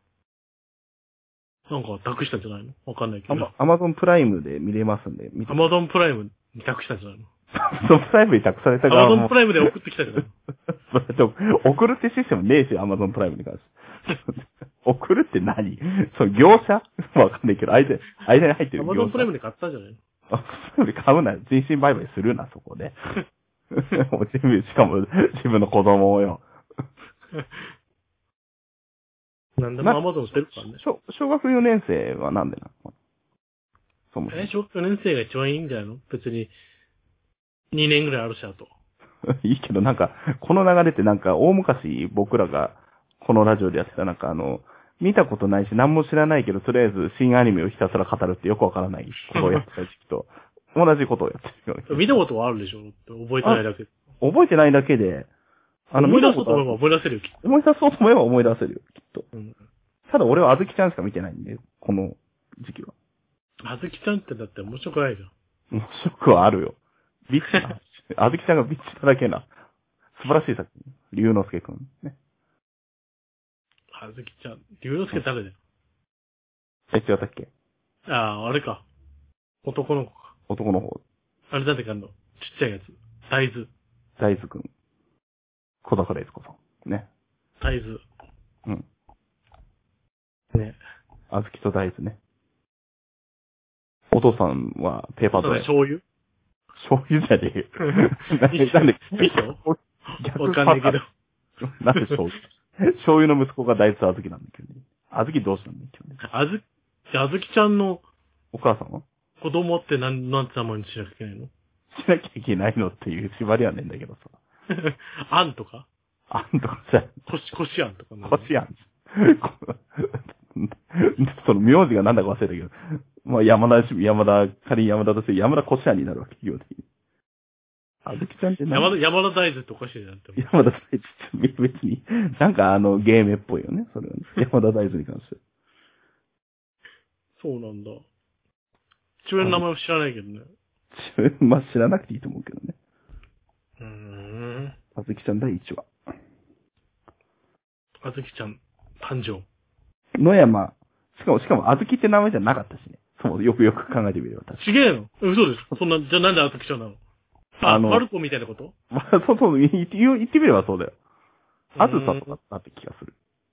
なんか託したんじゃないの？わかんないけど。 アマゾンプライムで見れますんで、 アマゾンプライムに託したんじゃないの？ アマゾンプライムに託された側も。 アマゾンプライムで送ってきたじゃないの送るってシステムねえし、アマゾンプライムに関して。送るって何？そう、業者わかんないけど、間に入ってる業者。 アマゾンプライムで買ったんじゃないの？ アマゾンプライムで買うなよ。人身売買するな、そこで。しかも、自分の子供をよ。 なんでもアマゾンしてるからね。 小学4年生はなんでなの？そもそも。 小学4年生が一番いいんじゃないの？別に、2年ぐらいあるし、あと。 いいけど、なんか、この流れってなんか、大昔僕らが、このラジオでやってたなんか見たことないし、何も知らないけど、とりあえず新アニメをひたすら語るってよくわからないことをやってた時期と、同じことをやってるような。 見たことはあるでしょ？って覚えてないだけ。 覚えてないだけで、 思い出そうと思えば思い出せるよ、きっと。 思い出そうと思えば思い出せるよ、きっと。 うん、 ただ俺はあずきちゃんしか見てないんで、この時期は。 あずきちゃんってだって面白くないじゃん。 面白くはあるよ。ビッチな。あずきちゃんがビッチだらけな。素晴らしい作品。龍之介くん。ね。 あずきちゃん。龍之介誰だよ。 違ったっけ？ ああ、あれか。男の子か。 男の方。 あれなんてかんの？ちっちゃいやつ。大豆。 大豆くん。小高玲子さん。ね。 大豆。 うん。 ね。 あずきと大豆ね。お父さんはペーパードライ。 醤油醤油じゃねえよ。なんで、 一緒わかんないけど。 なんで醤油醤油の息子が大豆あずきなんだけどね。あずきどうしたんだっけね。 あずきちゃんのお母さんは子供ってなんて名前にしなきゃいけないの？ しなきゃいけないのっていう縛りはねえんだけどさ。 あんとかあんとかじゃ、 こしあんとかね。 こしあん。 その名字がなんだか忘れたけど、まあ山田、仮に山田として山田コシアンになるわけ、企業的に。あずきちゃんって山田大豆っておかしいなって。 山田大豆って別に、なんかゲームっぽいよね、それは、ね。山田大豆に関して。 そうなんだ。父親の名前は知らないけどね。 まあ知らなくていいと思うけどね。あずきちゃん第1話。 あずきちゃん、誕生。 野山、しかもあずきって名前じゃなかったしね。そう、よくよく考えてみれば確かに。 ちげえの嘘です。そんな、じゃあなんであずきちゃんなのマルコみたいなこと？ まあ、そう、言ってみればそうだよ。あずさとかなって気がする。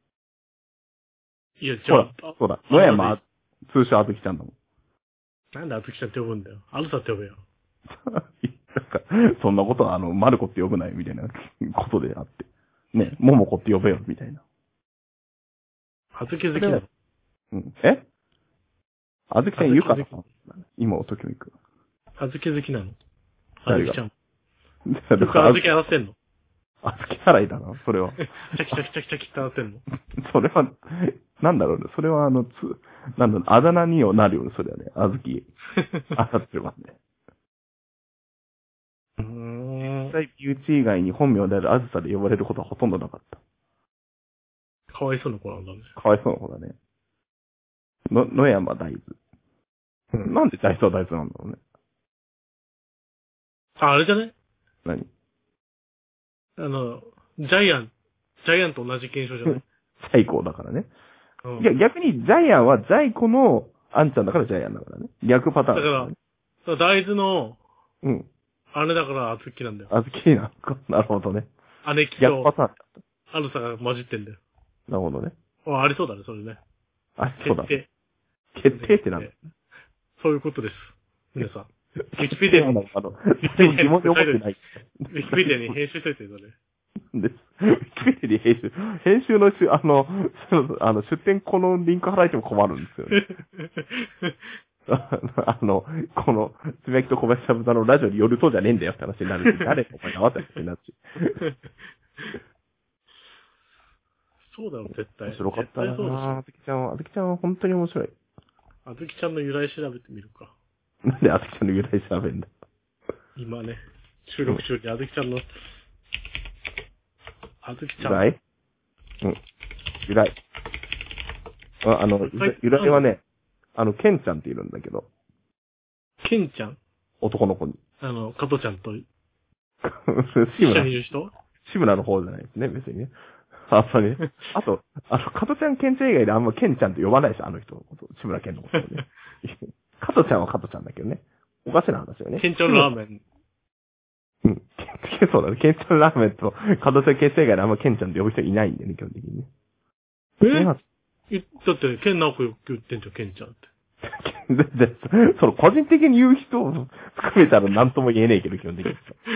いや、じゃあ、 そうだ。野山、通称あずきちゃんだもん。 なんであずきちゃんって呼ぶんだよ。あずさって呼べよ。 なんか、そんなことはマルコって呼ぶなよ、みたいなことであって。ね、ももこって呼べよ、みたいな。 あずき好きなの？ うん。え？あずきちゃんいるかな？今、ときめく。 あずき好きなの？あずきちゃん。 だからあずき洗ってんの？ あずき洗いだな、それは。 チャキチャキチャキチャキって洗ってんの？ それは、なんだろうね。それはなんだろう、あだ名にはなるよね、それはね。あずき。洗ってるわね。実際、ビューチ以外に本名であるあずさで呼ばれることはほとんどなかった。 かわいそうな子なんだね。 かわいそうな子だね。野山大豆。なんで大豆は大豆なんだろうね。 あれじゃね？ 何？ ジャイアンと同じ現象じゃない？ 最高だからね。 うん、 いや、逆にジャイアンはジャイコのアンちゃんだからジャイアンだからね。逆パターン、ね。 だから、大豆の、 うん。 あれだからあずきなんだよ。 あずきなのか。なるほどね。 姉貴逆パターンだった。 あるさが混じってんだよ。 なるほどね。 ありそうだね、それね。 そうだ。決定ってなんだ。 そういうことです。皆さん。ウィキペディアに、 疑問で思ってない。 ウィキペディアに編集しといてるのね。 です。ウィキペディアに編集の出典このリンク貼られても困るんですよね。この、つぶやきと小林さぶたのラジオによるとじゃねえんだよって話になるし、誰お前黙った話になるし。 そうだろ、絶対。 面白かったなぁ。あずきちゃんは本当に面白い。 あずきちゃんの由来調べてみるか。 なんであずきちゃんの由来調べるんだ？ 今ね、収録中にあずきちゃんの、あずきちゃん。 由来？うん。由来。由来はね、ケンちゃんっているんだけど。 ケンちゃん？ 男の子に。 加トちゃんと、一志緒にいる人？ 志村の方じゃないですね、別にね。あと、加トちゃんケンちゃん以外であんまケンちゃんって呼ばないです、あの人のこと。志村けんのことをね。加トちゃんは加トちゃんだけどね。おかしな話よね。 ケンちゃんラーメン。 うん。そうだね。ケンちゃんラーメンと、加トちゃんケンちゃん以外であんまケンちゃんって呼ぶ人いないんでね、基本的にね。 だって、ケンナオコ言ってんじゃん、ケンちゃんって。 その個人的に言う人を含めたら何とも言えねえけど、基本的に。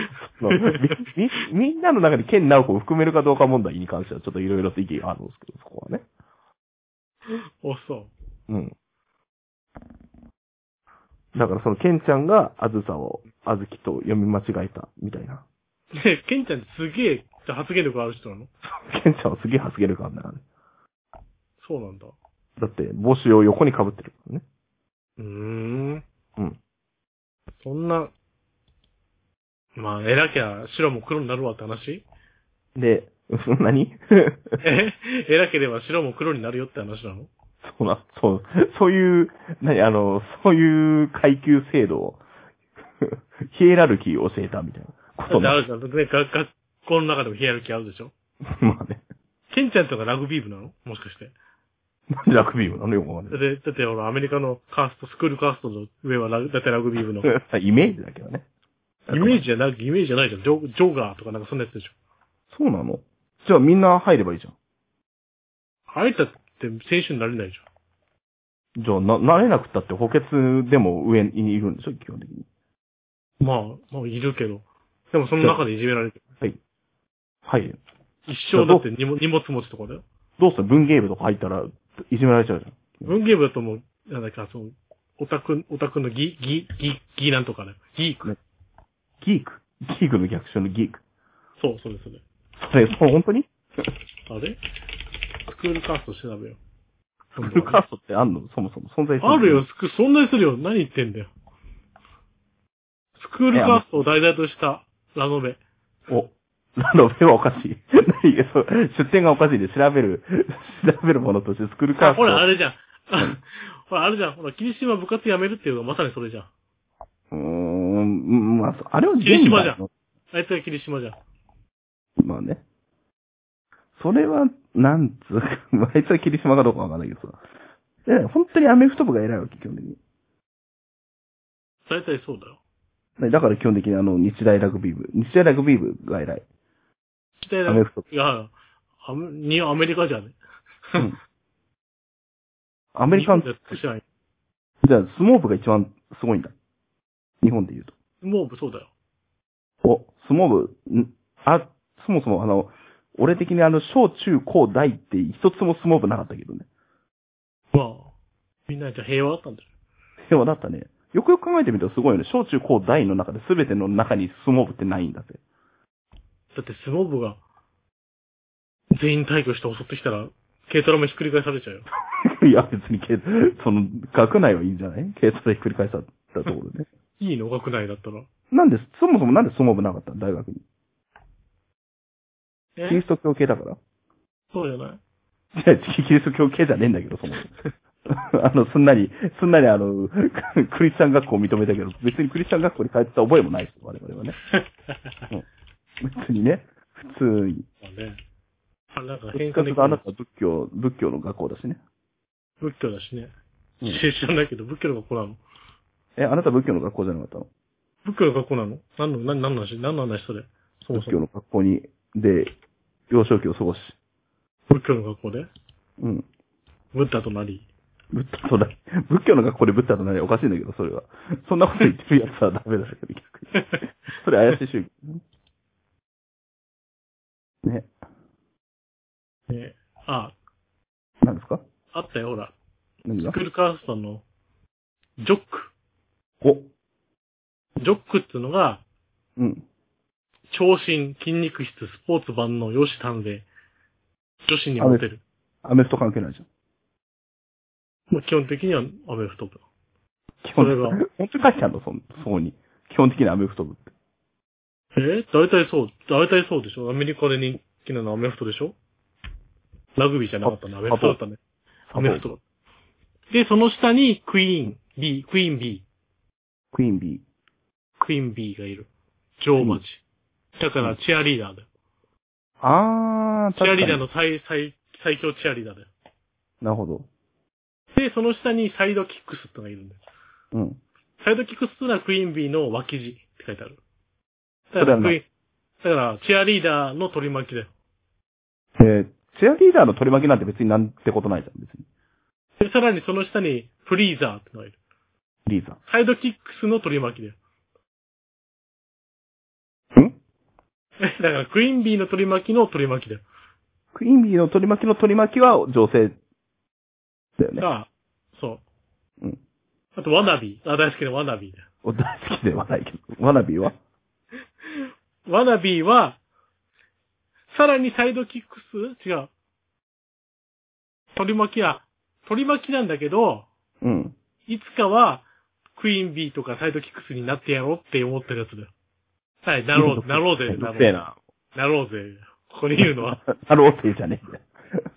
みんなの中にケンナオコを含めるかどうか問題に関してはちょっといろいろと意見があるんですけど、そこはね。 そう。 うん。だからそのケンちゃんがあずさをあずきと読み間違えたみたいな。 ケンちゃんってすげえ発言力ある人なの？ ケンちゃんはすげえ発言力あるんだからね。 そうなんだ。 だって帽子を横に被ってるからね。 うん。そんな、まあ、偉きゃ白も黒になるわって話？ で、何？ 偉ければ白も黒になるよって話なの？ そういう、そういう階級制度を、ヒエラルキーを教えたみたいなことあるじゃん。学校の中でもヒエラルキーあるでしょ？ まあね。 ケンちゃんとかラグビー部なの？もしかして。 なんでラグビー部なのよくわかんない。 だってアメリカのスクールカーストの上はだってラグビー部の。 イメージだけどね。 イメージじゃないじゃん。ジョガーとかなんかそんなやつでしょ。 そうなの？じゃあみんな入ればいいじゃん。 入ったって選手になれないじゃん。じゃあなれなくったって補欠でも上にいるんでしょ基本的に。 まあ、いるけど。でもその中でいじめられてる。 はい。はい。 一生だって荷物持ちとかだよ。 どうする？文芸部とか入ったらいじめられちゃうじゃん。 文芸部だともう、なんだっけ、オタクのギーなんとかね。ギークの逆襲のギーク。 そう、それ。 本当に？ あれスクールカースト調べよう。 スクールカーストってあんの？そもそも存在する？ あるよ、存在するよ。何言ってんだよ。スクールカーストを題材としたラノベ。 お、ラノベはおかしい。何そう、出典がおかしいで調べるものとしてスクールカースト。 ほら、あれじゃん。ほら、あれじゃん。ほら、霧島部活辞めるっていうのがまさにそれじゃん。 まあ、あれは霧島じゃん。あいつが霧島じゃん。 まあね。それは、なんつうか、あいつは霧島かどうかわかんないけどさ。本当にアメフト部が偉いわけ、基本的に。 大体そうだよ。 だから基本的に日大ラグビー部が偉い。 日大ラグビー部。いや、アメリカじゃね。 うん。アメリカン。じゃあ、相撲部が一番すごいんだ。日本で言うと。 相撲部そうだよ。 お、相撲部、そもそも俺的に小中高大って一つも相撲部なかったけどね。 まあ、みんなじゃ平和だったんだよ。 平和だったね。よくよく考えてみるとすごいよね。小中高大の中で全ての中に相撲部ってないんだって。 だって相撲部が全員退去して襲ってきたら、軽トラもひっくり返されちゃうよ。 いや、別に学内はいいんじゃない？軽トラひっくり返されたところで。 いいの？学内だったら。 そもそもなんで相撲部なかったの？大学に。キリスト教系だから？ そうじゃない。 いや、キリスト教系じゃねえんだけど、そもそも。すんなりクリスチャン学校を認めたけど、別にクリスチャン学校に通ってた覚えもないです、我々はね。別にね、普通に。 ね、なんか変化的な。あなたは仏教の学校だしね。 仏教だしね。知らないけど、仏教の学校なの？ あなた仏教の学校じゃなかったの？ 仏教の学校なの？何の話それ？ 仏教の学校で、幼少期を過ごし。 仏教の学校で？ うん。 ブッダとなり。 仏教の学校でブッダとなりおかしいんだけど、それは。そんなこと言ってるやつはダメだけど、逆に。それ怪しい宗教。ね。 ね。あ。 何ですか？ あったよ、ほら。 何が？ スクールカーストの、ジョック。ジョックっていうのが、 うん。 長身、筋肉質、スポーツ万能、容姿端麗。女子にモテる。 アメフト関係ないじゃん。 まあ、基本的にはアメフト部。 それが。本当に書いてあるの？そこに。基本的にアメフト部って。 大体そうでしょ？アメリカで人気なのはアメフトでしょ？ラグビーじゃなかったね。アメフトだったね。アメフト。で、その下にクイーン B。クイーン B がいる。女王蜂。だから、チアリーダーだよ。チアリーダーの最強チアリーダーだよ。 なるほど。 で、その下にサイドキックスってのがいるんだよ。 うん。 サイドキックスってのはクイーン B の脇地って書いてある。だからチアリーダーの取り巻きだよ。 チアリーダーの取り巻きなんて別になんてことないじゃん、別に。 で、さらにその下にフリーザーってのがいる。 フリーザー。 サイドキックスの取り巻きだよ。だからクイーン B の取り巻きの取り巻きだよ。 クイーン B の取り巻きの取り巻きは女性だよね。 そう。 うん。 あとワナビー。大好きなワナビーだよ。 大好きではないけど。ワナビーはワナビーは、さらにサイドキックス違う。取り巻きなんだけど、 うん。 いつかは、クイーン B とかサイドキックスになってやろうって思ってるやつだよ。はい、なろうぜ。なろうぜ。ここに言うのは。 なろうぜじゃねえんだよ。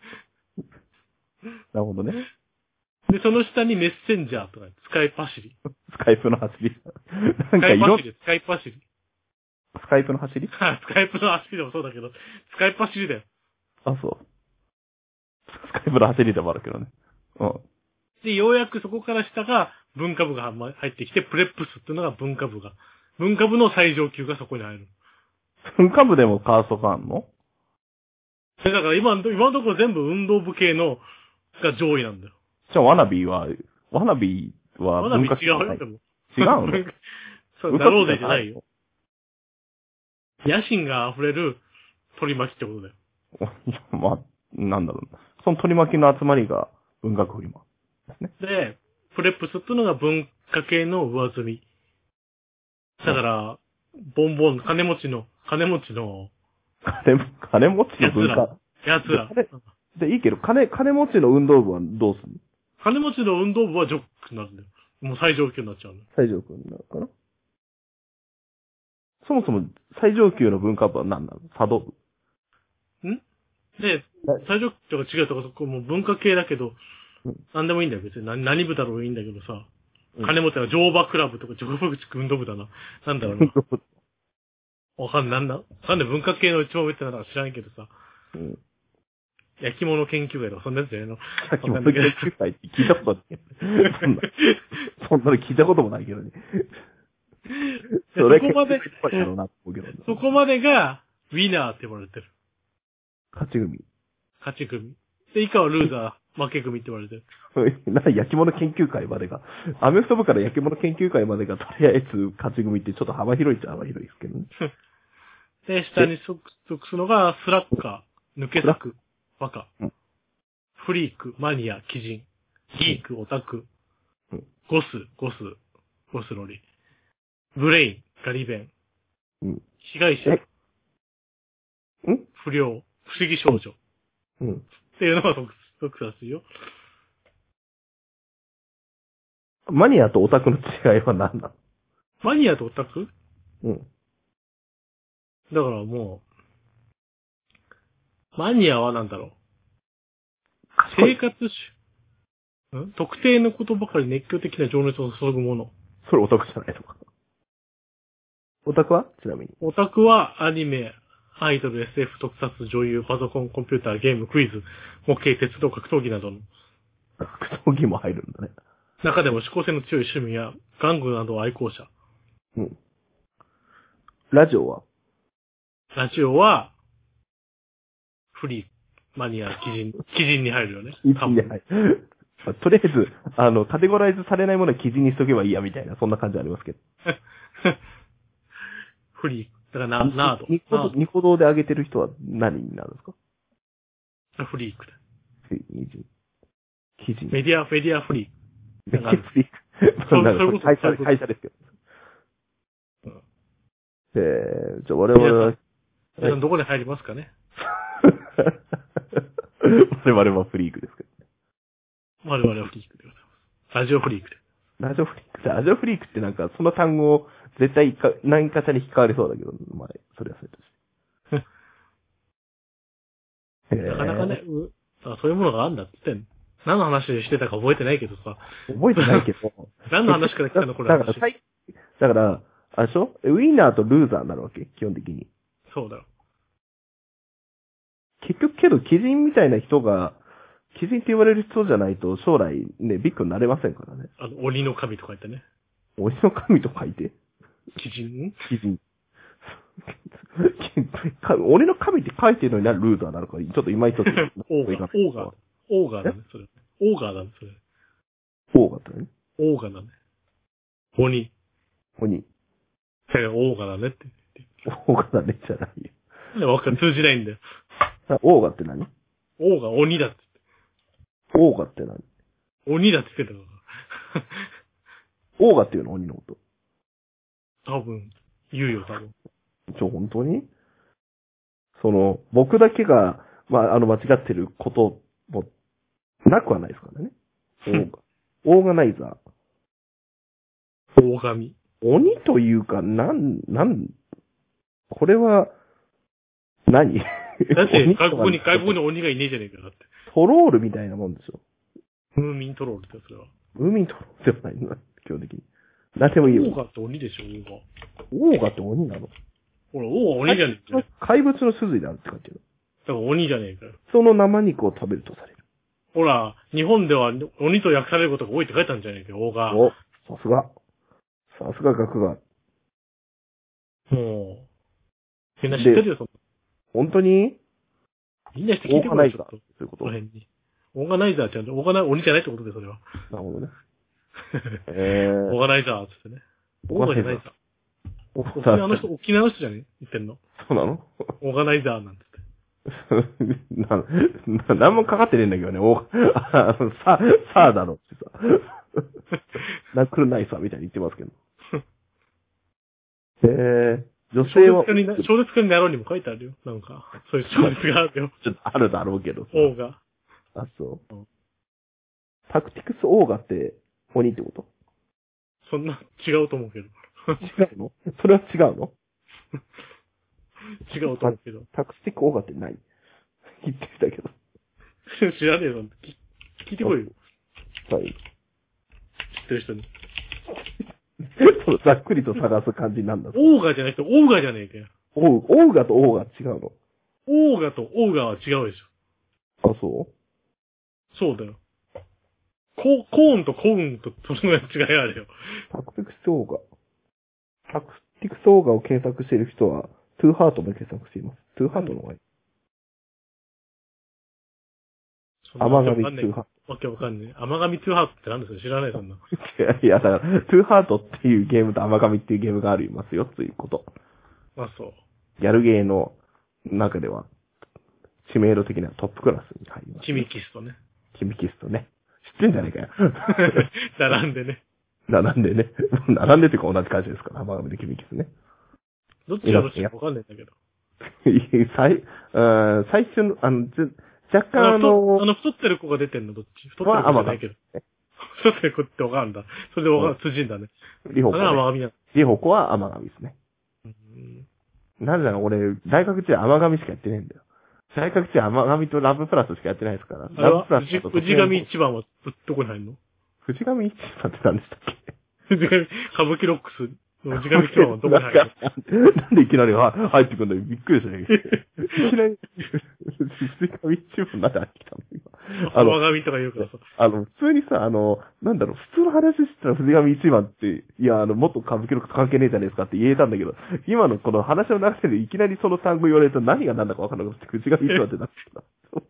なるほどね。 で、その下にメッセンジャーとか、スカイパシリ。 スカイプの走り。 スカイパシリ。 スカイプの走り？ スカイプの走りでもそうだけど、スカイパシリだよ。 あ、そう。スカイプの走りでもあるけどね。うん。 で、ようやくそこから下が文化部が入ってきて、プレップスっていうのが文化部の最上級がそこに入る。 文化部でもカーストがあんの？ だから今のところ全部運動部系のが上位なんだよ。 じゃあワナビーは文化違うよ、でも。 違うの？ そう、だろうぜじゃないよ。野心が溢れる取り巻きってことだよ。 いや、まあ、なんだろうな。その取り巻きの集まりが文学フリマですね。 で、プレップスっていうのが文化系の上積み。だから、ボンボン、金持ちの文化。 奴ら。 で、いいけど、金持ちの運動部はどうすんの？ 金持ちの運動部はジョックになるんだよ。もう最上級になっちゃうの。 最上級になるかな？そもそも最上級の文化部は何なの？茶道部。 んで、最上級とか違うとか、そこもう文化系だけど、なんでもいいんだよ、別に。何部だろういいんだけどさ。金持ちは乗馬クラブとか乗馬口運動部だな。なんだろうな。わかんない、わかんない、文化系の一番上ってなんか知らんけどさ。焼き物研究会とかそんなやつじゃないの？ 焼き物研究会って聞いたことない。そんなの聞いたこともないけどね。 そこまで、そこまでが、ウィナーって呼ばれてる。 勝ち組。 勝ち組。で、以下はルーザー、負け組って言われてる。 焼き物研究会までが、アメフト部から焼き物研究会までがとりあえず勝ち組ってちょっと幅広いっちゃ幅広いですけどね。 で、下に属すのが、スラッカー、抜け作、バカ、フリーク、マニア、鬼人、ギーク、オタク、ゴスロリ、ブレイン、ガリベン、被害者、不良、不思議少女、っていうのが属さすよ。 マニアとオタクの違いは何なの？ マニアとオタク？ だからもう、マニアは何だろう。生活種、特定のことばかり熱狂的な情熱を注ぐもの。 それオタクじゃないのか。オタクはちなみに。 オタクはアニメ、アイドル、SF、特撮、女優、パソコン、コンピューター、ゲーム、クイズ、模型、鉄道、格闘技などの。 格闘技も入るんだね。 中でも思考性の強い趣味や玩具など愛好者。 ラジオはフリー、マニア、鬼人に入るよね。 鬼人に入る。とりあえず、カテゴライズされないものは鬼人にしとけばいいやみたいな、そんな感じありますけど。 フリー。だからナード。 ニコ動で上げてる人は何になるんですか？ フリークだ。 鬼人。 メディアフリーク。 メディアフリーク。会社ですけど。じゃあ我々は、 皆さんどこで入りますかね？ 我々はフリークですけどね。 我々はフリークでございます。ラジオフリークで。 ラジオフリークってなんか、その単語を絶対何かしらに引っかかりそうだけど、まあ、それはそれとして。 なかなかね、そういうものがあるんだって言ってんの。何の話してたか覚えてないけどさ。 覚えてないけど。 何の話から来たのこれ。 だから、あれでしょ？ウィナーとルーザーになるわけ？基本的に。 そうだよ。 結局けど、鬼人みたいな人が、鬼人って言われる人じゃないと将来ね、ビッグになれませんからね。 鬼の神と書いてね。 鬼の神と書いて。 鬼人鬼の神って書いてるのになるルーザーなのか、ちょっと今一つ。 オーガーだね、それ。オーガーだね、それ。 オーガーだね。 オーガーだね。鬼。 オーガーだねって。 オーガーだねじゃないよ。 通じないんだよ。 オーガーって何？ オーガー、鬼だって。 オーガーって何？ 鬼だって言ってたの。 オーガーっていうの？鬼のこと。 多分、言うよ、多分。 本当に？僕だけが、間違ってることも、なくはないですからね。オーガナイザー。大神。 鬼というか、これは、何？ だって、外国に鬼がいねえじゃねえか、だって。 トロールみたいなもんでしょ。 ムーミントロールってそれは。 ムーミントロールじゃないの？基本的に。何でもいいよ。 オーガって鬼でしょ、 オーガって鬼なの？ ほら、オーガ鬼じゃねえか。 怪物の鈴であるって書いてる。 だから鬼じゃねえかよ。 その生肉を食べるとされる。 ほら、日本では鬼と訳されることが多いって書いたんじゃねえかよ、オーガ。 さすが学が。 もう、みんな知ってるよ、そんな。 本当に？ みんな知って聞いてくれよ。 そういうこと？ オーガナイザーって鬼じゃないってことで、それは。 なるほどね。 オーガナイザーってってね。オーガじゃないさ。沖縄の人じゃね言ってんの。 そうなの？ オーガナイザーなんて。 何もかかってねえんだけどね。さあだろってさ。ナックルナイサーみたいに言ってますけど。女性は。 小説家になろうにも書いてあるよ。なんか、そういう小説があるよ。 ちょっとあるだろうけど。 オーガ。 あ、そううん。 タクティクスオーガって鬼ってことそんな違うと思うけど。 違うのそれは違うの違うと思うけど。 タクティックオーガって何言ってみたけど。 知らねえぞ。聞いてこいよ。 はい。 知ってる人に。 そうざっくりと探す感じなんだ。 オーガじゃなくて、オーガじゃねえかよ。 オーガとオーガ違うのオーガとオーガは違うでしょ。 あ、そうそうだよ。コーンとコーンとそのぐらいの違いあるよ。 タクティクスオーガ。タクティクスオーガを検索している人は、トゥーハートも検索しています。トゥーハートの方がいい。甘神トゥーハート。わけわかんねえ。甘神トゥーハートって何ですか知らないそんな。 ト。いや、だから、トゥーハートっていうゲームと甘神っていうゲームがありますよ、ということ。 あ、そう。 ギャルゲーの中では、知名度的なトップクラスに入ります、 キミキストね。 キミキストね。知ってんじゃねえかよ。 並んでね。 並んでね。並んでっていうか同じ会社ですから、甘神でキミキスね。 どっちがどっちかわかんないんだけど。 最初の、若干太ってる子が出てんのどっち太ってる子じゃないけど。太ってる子ってわかるんだ。それでわかる、辻んだね。 リホコ、ね。 甘神なの。 リホコは甘神ですね。なんでだろう、俺、大学中甘神しかやってねえんだよ。大学中甘神とラブプラスしかやってないですから。ラブプラスと藤神一番はどこに入るの藤神一番って何でしたっけ藤神、歌舞伎ロックスの藤神一番はどこに入るのなんでいきなり入ってくるんだよ。びっくりしたね。いきなり、藤神一番なんで入ってきたの甘神とか言うからさ。 普通にさ、なんだろう、普通の話したら藤神一番って、いや、もっと歌舞伎ロックス関係ねえじゃねえですかって言えたんだけど、今のこの話の流れでいきなりその単語言われると何が何だかわからなくて、藤神一番ってなってた。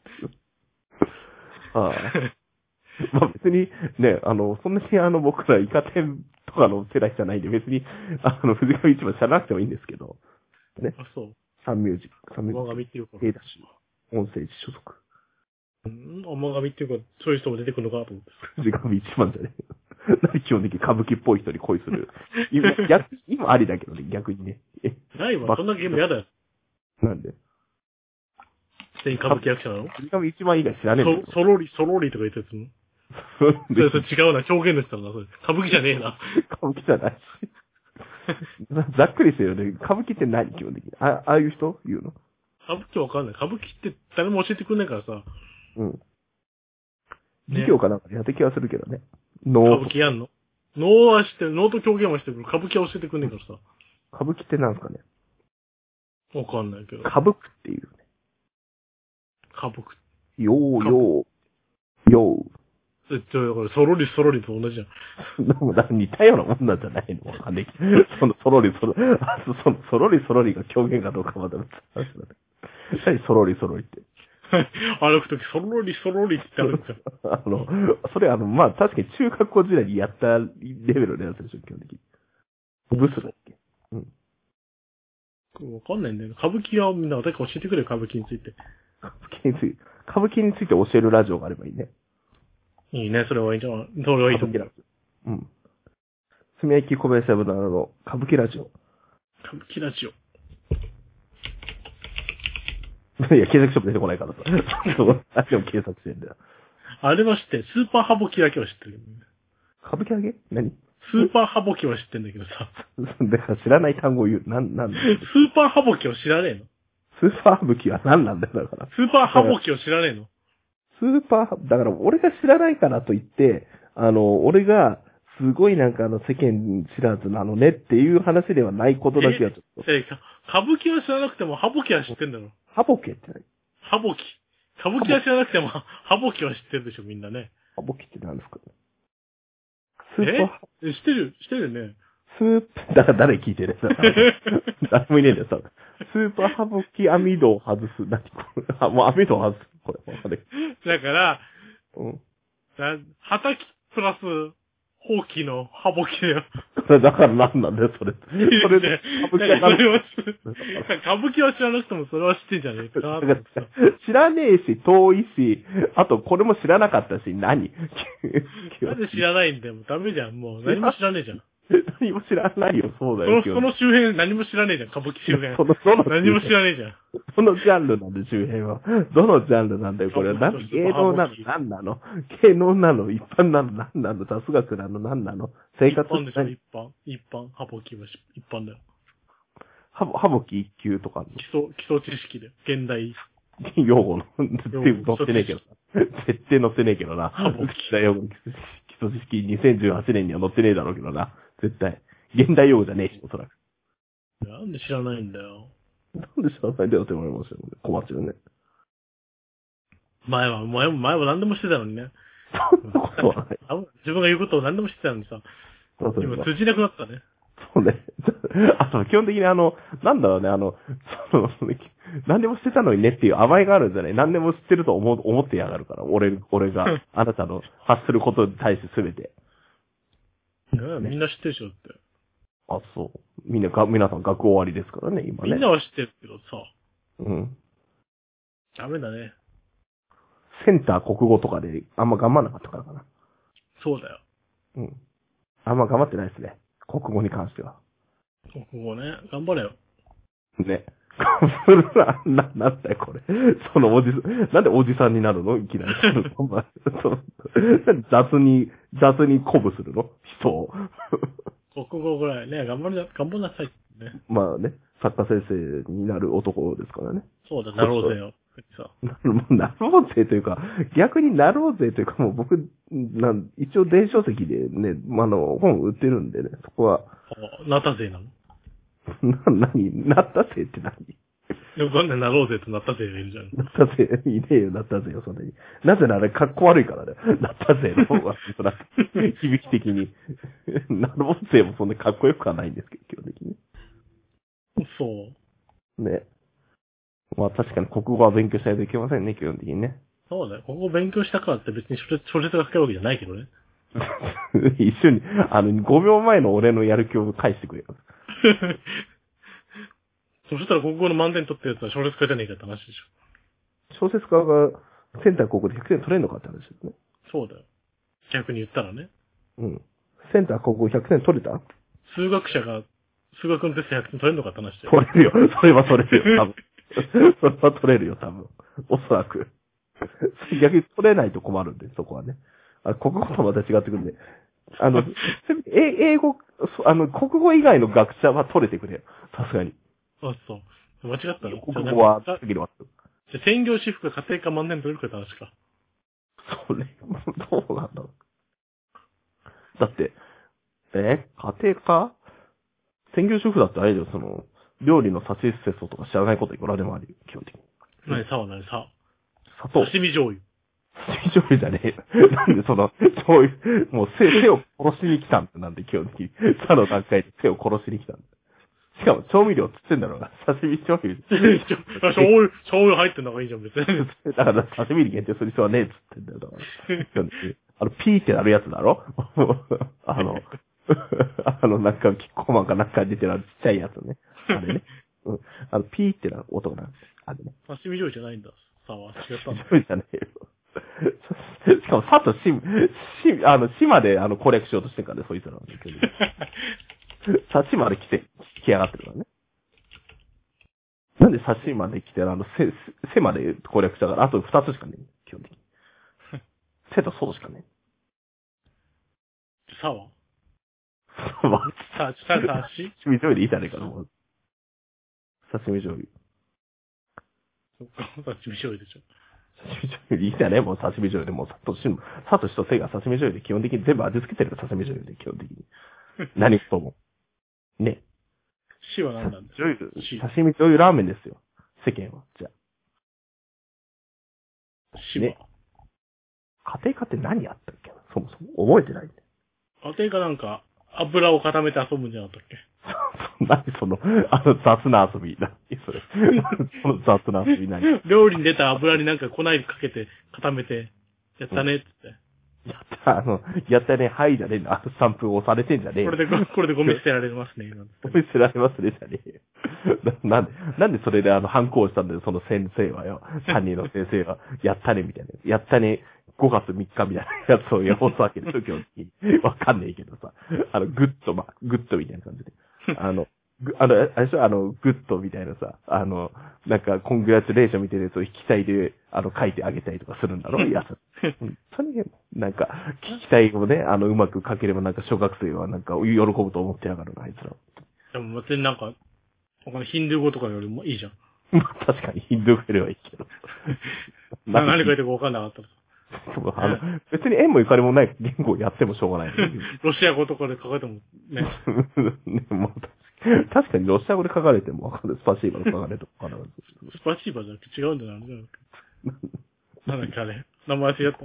ああ。まあ別に、ね、そんなに僕らイカ天とかの世代じゃないんで、別に、藤神一番知らなくてもいいんですけど、ね。 あ、そう。 サンミュージック、 甘神っていうか。 A ダッシュ、音声所属。 甘神っていうか、そういう人も出てくるのかなと思って。 藤神一番じゃねえ。何基本的に歌舞伎っぽい人に恋する。今ありだけどね、逆にね。 ないわ、そんなゲーム嫌だよ。 なんで全員歌舞伎役者なの藤神一番以外知らねえんだよ。 ソロリとか言ったやつのそれ違うな、表現の人だな、それ。歌舞伎じゃねえな。 歌舞伎じゃないし。ざっくりしてるよね。歌舞伎って何基本的に。ああいう人言うの歌舞伎わかんない。歌舞伎って誰も教えてくんないからさ。 うん。授業かなんかでやって気がするけどね。 歌舞伎やんの能はしてる、能と狂言はしてるけど、歌舞伎は教えてくんねえからさ。 歌舞伎ってなんすかねわかんないけど。 歌舞伎っていうね。 歌舞伎。 よーよー。よー。 だから、ソロリと同じじゃん。 でも似たようなもんなんじゃないのわかんないけど。ソロリが狂言かどうかまだ別に話だね。何ソロリって。 歩くとき、ソロリって歩くじゃん。 それまあ確かに中学校時代にやったレベルのやつでしょ、基本的に。ブスだっけうん。 わかんないんだよね。歌舞伎はみんな誰か教えてくれよ、歌舞伎について。 歌舞伎について教えるラジオがあればいいね。 いいね、それはいいんじゃないそれはいいと思う。 うん。すみやき小林サブナの歌舞伎ラジオ。 歌舞伎ラジオ。 いや、検索しても出てこないからさ。そう、あでも検索してんだよ。 あれは知ってる。スーパーハボキだけは知ってる。 歌舞伎あげ何スーパーハボキは知ってんだけどさ。 だから知らない単語を言う。なんだスーパーハボキを知らねえのスーパーハボキは何なんだよ、だから。 スーパーハボキを知らねえのスーパー、だから俺が知らないからといって、俺が、すごいなんか世間知らずなのねっていう話ではないことだけはちょっと。 歌舞伎は知らなくてもハボキは知ってんだろ。 ハボケって何ハボキ。歌舞伎は知らなくてもハボキは知ってるでしょ、みんなね。 ハボキって何ですかスーパー知ってるよね。 だから誰聞いてる誰もいねえんだよ、さ。スーパーハボキ網戸を外す。何これもう網戸を外す。これ。 だから、 うん。 はたきプラス、ほうきのハボキだよ。 だから何なんだよ、それ。それで、 歌舞伎は知らなくてもそれは知ってんじゃねえかな。 知らねえし、遠いし、あとこれも知らなかったし、何なんで知らないんだよ。ダメじゃん。もう何も知らねえじゃん。 何も知らないよ、そうだよ。 その周辺何も知らねえじゃん、歌舞伎周辺。 どの何も知らねえじゃん。 どのジャンルなんで、周辺は。どのジャンルなんだよ、これは。芸能なの何なの芸能なの一般なの何なの雑学なの何なの生活一般でしょ、一般。歌舞伎は一般だよ。 ハボキ一級とか基礎知識で、現代。 用語の、絶対載ってねえけど。絶対載ってねえけどな。 ハボキ。 基礎知識2018年には載ってねえだろうけどな。絶対。現代用語じゃねえし、おそらく。 なんで知らないんだよ。 なんで知らないんだよって思いましたよね。困っちゃうね。 前は何でもしてたのにね。 そんなことはない。 自分が言うことを何でもしてたのにさ。今通じなくなったね。 そうね。あと、基本的になんだろうね、何でもしてたのにねっていう甘えがあるんじゃない何でも知ってると思ってやがるから、俺が、あなたの発することに対してすべて。 みんな知ってるでしょって。 あ、そう。皆さん学校終わりですからね、今ね。 みんなは知ってるけどさ。 うん。 ダメだね。 センター国語とかであんま頑張んなかったからかな。 そうだよ。 うん。あんま頑張ってないですね。国語に関しては。 国語ね。頑張れよ。 ね。なんだよ、これ。なんでおじさんになるのいきなり。雑に鼓舞するの人を。 国語ぐらいね、頑張りなさいってね。 まあね、作家先生になる男ですからね。 そうだ、なろうぜよ。 なろうぜというか、逆になろうぜというか、もう僕、一応電子書籍でね、本売ってるんでね、そこは。 なったぜなのなったぜって何でもなんでなろうぜとなったぜがいるじゃん。 なったぜ、いねえよ、なったぜよ、そんなに。なぜなら、かっこ悪いからね。なったぜの方が、響き的に。なろうぜもそんなかっこよくはないんですけど、基本的に。 そう。 ね。まあ確かに国語は勉強しないといけませんね、基本的にね。 そうだよ。ここ勉強したからって別に小説が書けるわけじゃないけどね。 一緒に、5秒前の俺のやる気を返してくれよ。 そしたら国語の満点取ったやつは小説家じゃねえかって話でしょ。小説家がセンター国語で100点取れんのかって話ですね。 そうだよ。逆に言ったらね。 うん。センター国語100点取れた数学者が、数学のテスト100点取れるのかって話だよ。 取れるよ。それは取れるよ、多分。それは取れるよ、多分。おそらく。逆に取れないと困るんで、そこはね。国語とまた違ってくるんで。英語、国語以外の学者は取れてくれよ。さすがに。 あ、そう。間違ったの国語は次のわ。 じゃ専業主婦が家庭科満点取れるかって話か。 それ、どうなんだろう。だって、家庭科専業主婦だってあれだよ、料理の差しセストとか知らないこといくらでもあるよ、基本的に。 何さは何さ。 砂糖。 刺身醤油。 刺身醤油じゃねえよ。なんで醤油、もう手を殺しに来たんだ、なんで基本的に。さの段階で手を殺しに来たんだ。しかも調味料つってんだろうな。刺身醤油。 醤油入ってんのがいいじゃん、別に。 だから刺身に限定する必要はねえっつってんだよ、だから。ピーってなるやつだろなんか、キッコーマンかなんか出てるちっちゃいやつね。あれね。うん。ピーってなる音がなんです。あれね。 刺身醤油じゃないんだ。さは、違ったんだ。 醤油じゃねえよ。しかも、さと島でコレクしようとしてるからね、そいつらは、ね。刺しまで来やがってるからね。なんで刺しまで来て、背まで攻略したから、あと2つしかねえ。基本的に。背と外しかねえ。さは刺身醤油でいいじゃねえかな、もう。刺身醤油。 そっか、刺身醤油でしょ。 刺身醤油でいいじゃねえ、もう刺身醤油で。もう、サトシとセが刺身醤油で基本的に全部味付けてるから、刺身醤油で基本的に。何とも。ね。 死は何なんだよ。 刺身醤油ラーメンですよ。世間は。じゃあ。死は、 ね。家庭科って何やったっけなそもそも。覚えてないんだよ。 家庭科なんか、油を固めて遊ぶんじゃなかったっけ何雑な遊び。何それ。その雑な遊び何料理に出た油になんか粉かけて固めて、やったねって言って。 やったね、はいじゃねえんだ。スタンプ押されてんじゃねえよ。 これでゴミ捨てられますね。 ゴミ捨てられますね、じゃねえよ。なんでそれで反抗したんだよ、その先生はよ。担任の先生は。やったね、みたいな。やったね、 5月3日みたいなやつを放すわけでしょ、今日わかんねえけどさ。グッドみたいな感じで。あれでしょグッドみたいなさ、なんか、コングラチュレーションみたいなやつを引き体で、書いてあげたりとかするんだろいや、本当に、なんか、聞き体をね、うまく書ければなんか小学生はなんか、喜ぶと思ってやがるな、あいつら。 でも別になんか、他のヒンドゥー語とかよりもいいじゃん。 確かにヒンドゥー語よりはいいけど。 何書いてるか分かんなかったら。 別に縁もゆかりもない言語をやってもしょうがない。 ロシア語とかで書かれてもね。 ねもう確かにロシア語で書かれてもわかる。スパシーバで書かれてもわかる。 スパシーバじゃなくて違うんだよな。なんだっけあれ。名前忘れちゃった。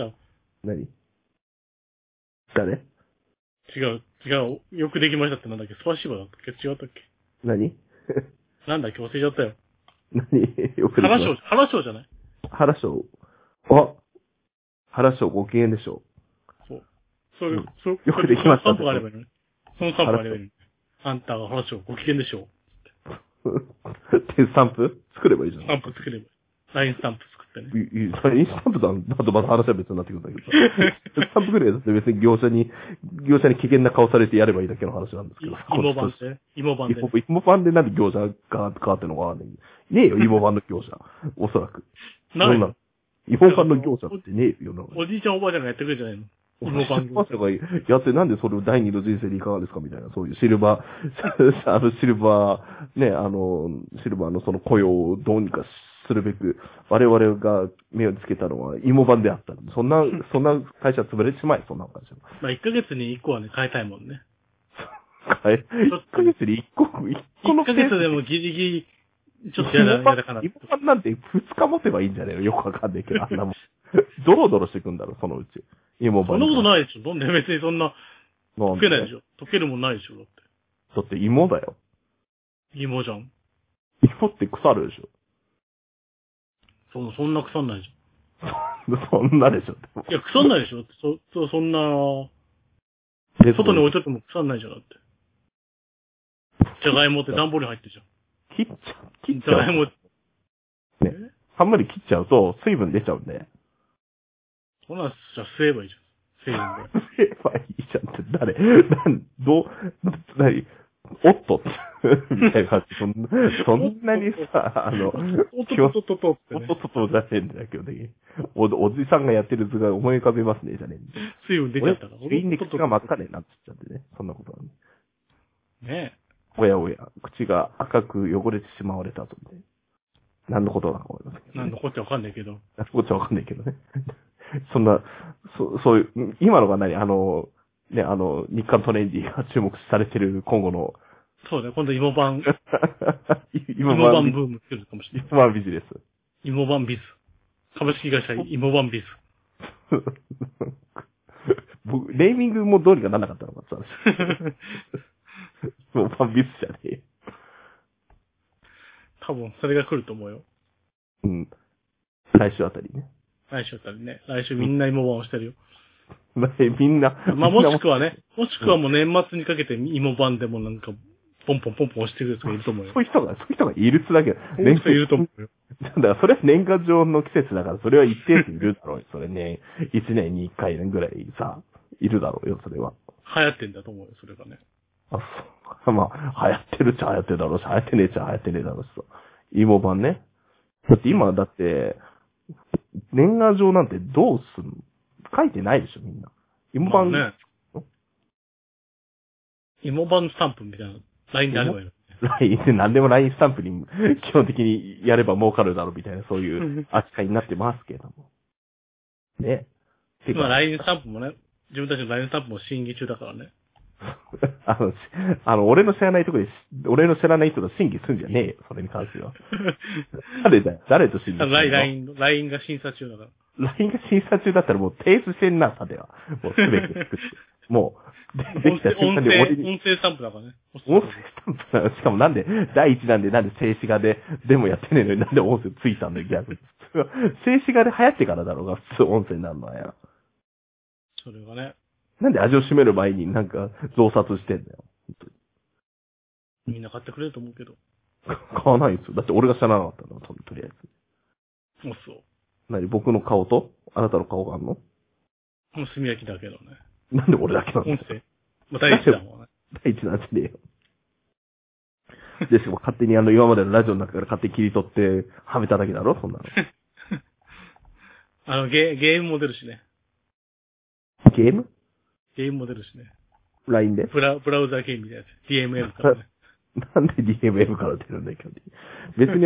何誰違う。よくできましたってなんだっけスパシーバだったっけ違ったっけ何なんだっけ忘れちゃったよ。 何よくできました。 原章じゃない原章。原章ご機嫌でしょう。そう。よくできました。 その3分あればいいのね。その3分あればいいのね。あんたが原章ご機嫌でしょってスタンプ作ればいいじゃん。 スタンプ作ればいい。LINE スタンプ作ってね。 インスタンプだとまた話は別になってくるんだけどさ。スタンプくらいだって別に業者に危険な顔されてやればいいだけの話なんですけど。 芋版で。芋版でなんで業者が変わってるのかわかんない。ねえよ、芋版の業者。おそらく。 なんだ芋版の業者ってねえよ、 おじいちゃんおばあちゃんがやってくれるじゃないの芋版業者がやってなんでそれを第二の人生でいかがですかみたいな、そういうシルバー、シルバーのその雇用をどうにかするべく、我々が目をつけたのは芋版であった。そんな会社潰れてしまえ、そんな会社。 まあ、1ヶ月に1個はね、変えたいもんね。 1ヶ月に1個 1ヶ月でもギリギリ、ちょっとやだかな。 芋版なんて2日持てばいいんじゃねえのよくわかんないけど、あんなもん。ドロドロしてくんだろ、そのうち。芋版。 そんなことないでしょ。なんで別にそんな、溶けないでしょ。溶けるもんないでしょ、だって。 だって芋だよ。 芋じゃん。 芋って腐るでしょ。 そんな腐んないじそんなでしょ。 ゃん。いや、腐んないでしょ。そんな、外に置いとっても腐んないじゃん、だって。じゃがいもって段ボールに入ってるじゃん。 切っちゃう。 じゃがいも。 ね。あんまり切っちゃうと水分出ちゃうんで。 ほな、じゃあ吸えばいいじゃん。水分で。 吸えばいいじゃんって誰おっとみたいな感じ。そんなにさ、 おっとっとってね。 おっとじゃねえんだけどね。おじさんがやってる図が思い浮かべますね、じゃねえんだ。 水分出ちゃったから。 水で口が真っ赤になっちゃってね。そんなことはね。 ねえ。 おやおや、口が赤く汚れてしまわれたと。何のことだか思いますけど、ね。 何のこっちゃわかんないけど。 何のこっちゃわかんないけどね。そんな、そういう、今のが何日韓トレンディが注目されてる今後の。 そうだよ、今度芋版ブーム来るかもしれない。 芋版ビジネス。 芋版ビズ。株式会社芋版ビズ。 僕、ネーミングもどうにかならなかったのかって話。芋版ビズじゃねえ。 多分、それが来ると思うよ。 うん。来週あたりね。 来週あたりね。来週みんな芋版をしてるよ。 みんな。 まあ、もしくはもう年末にかけて芋版でもなんか、ポンポン押してくる人がいると思うよ。 そういう人がいるだけど。 そういう人いると思うよ。 だからそれは年賀状の季節だから、それは一定数いるだろうよ。それね、1年に1回ぐらいさ、いるだろうよ、それは。 流行ってんだと思うよ、それがね。 あ、そう。まあ、流行ってるっちゃ流行ってるだろうし、流行ってねえっちゃ流行ってねえだろうしさ。芋版ね。だって年賀状なんてどうすんの？書いてないでしょ、みんな。芋版、 まあね。芋版スタンプみたいな、LINE であればいいの。 LINE で何でも LINE スタンプに基本的にやれば儲かるだろうみたいな、そういう扱いになってますけれども。ね。 まあ LINE スタンプもね、自分たちの LINE スタンプも審議中だからね。 俺の知らない人と審議すんじゃねえよ、それに関しては。誰と審議するの？ LINE が審査中だから。 LINE が審査中だったらもう提出してんな、さては。もうすべて作って。もう、できた瞬間に音声スタンプだからね。 音声スタンプだしかもなんで、第一弾でなんで静止画でもやってねえのになんで音声ついたんだよ、逆に。静止画で流行ってからだろうが、普通音声になるのはや。 それがね。 なんで味を占める前になんか増刷してんだよ。本当にみんな買ってくれると思うけど。 買わないですよ。だって俺が知らなかったの、とりあえず。 もうそう。 何僕の顔とあなたの顔があんの？ もう炭焼きだけどね。 なんで俺だけなんだよ。 音声。まあ、第一だもんね。 第一なんてねえよ。で、しかも勝手に今までのラジオの中から勝手に切り取って、はめただけだろそんなの。 ゲームも出るしね。 ゲームも出るしね。 ?LINE でブラウザーゲームみたいなやつ。DMM からね。 なんで DMM から出るんだよ、基本的に。別に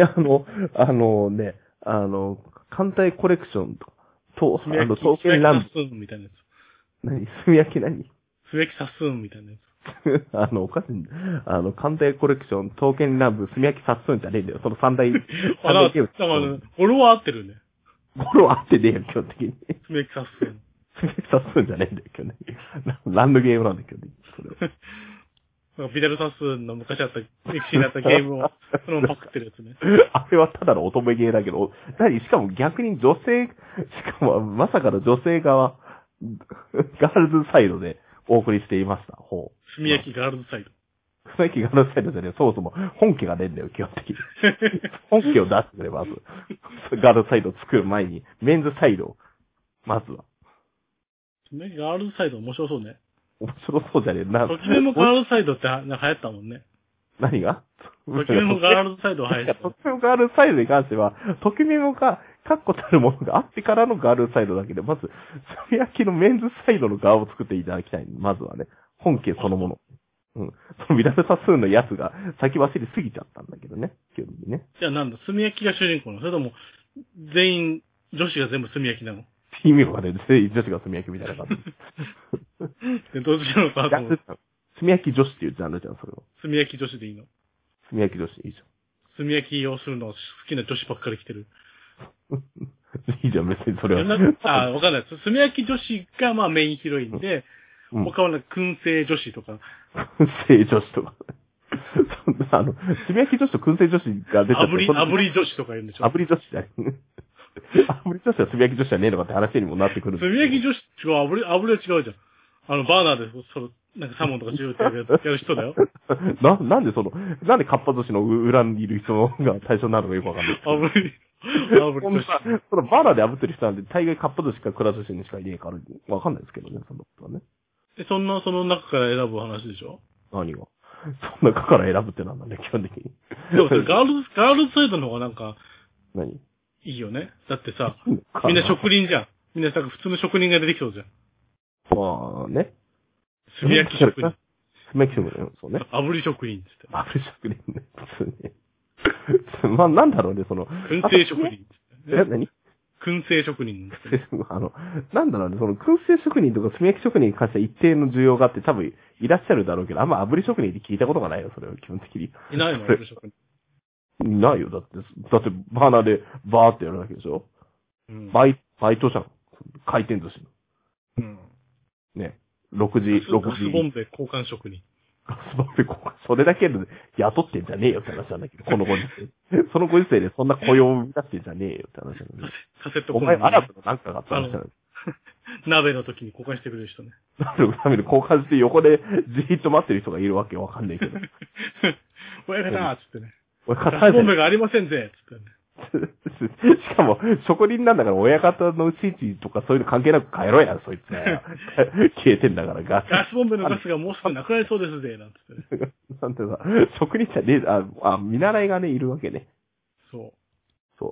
艦隊コレクションと、刀剣乱舞。 炭焼きサスーンみたいなやつ。 何炭焼き何炭焼きサスーンみたいなやつ。 おかしいんだ。艦隊コレクション、刀剣乱舞、炭焼きサッスンじゃねえんだよ。その三大ゲーム。 だから、俺は合ってるね。 俺は合ってねえよ、基本的に。 炭焼きサスーン。 炭焼きサッスンじゃねえんだよ、基本的に。何のゲームなんだよ、基本的に。それは。 ビダルサスーンの昔あった、歴史にあったゲームを、そのままパクってるやつね。 あれはただの乙女ゲーだけど、しかも逆に女性、しかもまさかの女性側、ガールズサイドでお送りしていました。ほう。 炭焼きガールズサイド。 炭焼きガールズサイドじゃねえ、そもそも本家がねえんだよ、基本的に。本家を出してくれ、まず。ガールズサイドを作る前に、メンズサイドを、まずは。 炭焼きガールズサイド面白そうね。 面白そうじゃねえな。 ときめもガールズサイドって流行ったもんね。 何がときめもガールズサイドは流行った。 ときめもガールズサイドに関しては、ときめもが、確固たるものがあってからのガールズサイドだけで、まず、炭焼きのメンズサイドの側を作っていただきたい。まずはね。本家そのもの。うん。そのビダルサスーンのやつが先走りすぎちゃったんだけどね。基本的にね。 じゃあなんだ、炭焼きが主人公なの？それとも、全員、女子が全部炭焼きなの？ 意味がね、全員女子が炭焼きみたいな感じ。 で、どっちなのか炭焼き女子っていうジャンルじゃん、それを。 炭焼き女子でいいの？ 炭焼き女子いいじ炭焼きをするの好きな女子ばっかり来てる。 ゃん。いいじゃん、別にそれは。 わかんない。炭焼き女子がまあメインヒロインで、 うん、 他はなんか燻製女子とか。 燻製女子とか。そんな、炭焼き女子と燻製女子が出ちゃって。 炙り女子とかいるんでしょ？ 炙り女子じゃない。炙り女子は炭焼き女子じゃねえのかって話にもなってくる。 炭焼き女子違う、炙りは違うじゃん。バーナーで、なんかサモンとかしようってやる人だよ。 なんでカッパ寿司の裏にいる人が対象になるのかよくわかんない。 炙り女子。 そのバーナーで炙ってる人なんで、大概カッパ寿司かくら寿司にしかいねえから、わかんないですけどね、そのことはね。 その中から選ぶ話でしょ？ 何がその中から選ぶってなんだね、基本的に。 でもガールズサイドの方がなんか、 何いいよね。だってさ、みんな職人じゃん。みんなさ、普通の職人が出てきそうじゃん。 まあね。 炭焼き職人。 炭焼き職人、そうね。 炙り職人って言って。 炙り職人ね。普通に。まあなんだろうね、 燻製職人。 何燻製職人。 なんだろうね、燻製職人とか炭焼き職人に関しては一定の需要があって多分いらっしゃるだろうけど、あんま炙り職人って聞いたことがないよ、それは基本的に。 いないの炙り職人。 いないよ、だってバーナーでバーってやるわけでしょ、うん、バイトじゃん。回転寿司の。 うん。 ね。6時。 ガスボンベ交換職人。 ガスボンベ交換。それだけで雇ってんじゃねえよって話なんだけど、このご時世。そのご時世でそんな雇用を生み出してんじゃねえよって話なんだけど。 カセットコンロ、 お前アラブのなんかがあった話なんだ鍋の時に交換してくれる人ね。 鍋のために交換して横でじーっと待ってる人がいるわけわかんないけど。 親方ーっつってね。 ガスボンベがありませんぜつってね。 しかも、職人なんだから親方の指示とかそういうの関係なく帰ろうや、そいつね。消えてんだからガスボンベのガスがもうすぐなくなりそうですぜ、なんつってね。 なんてさ、職人じゃねえ、見習いがね、いるわけね。 そう。 そう。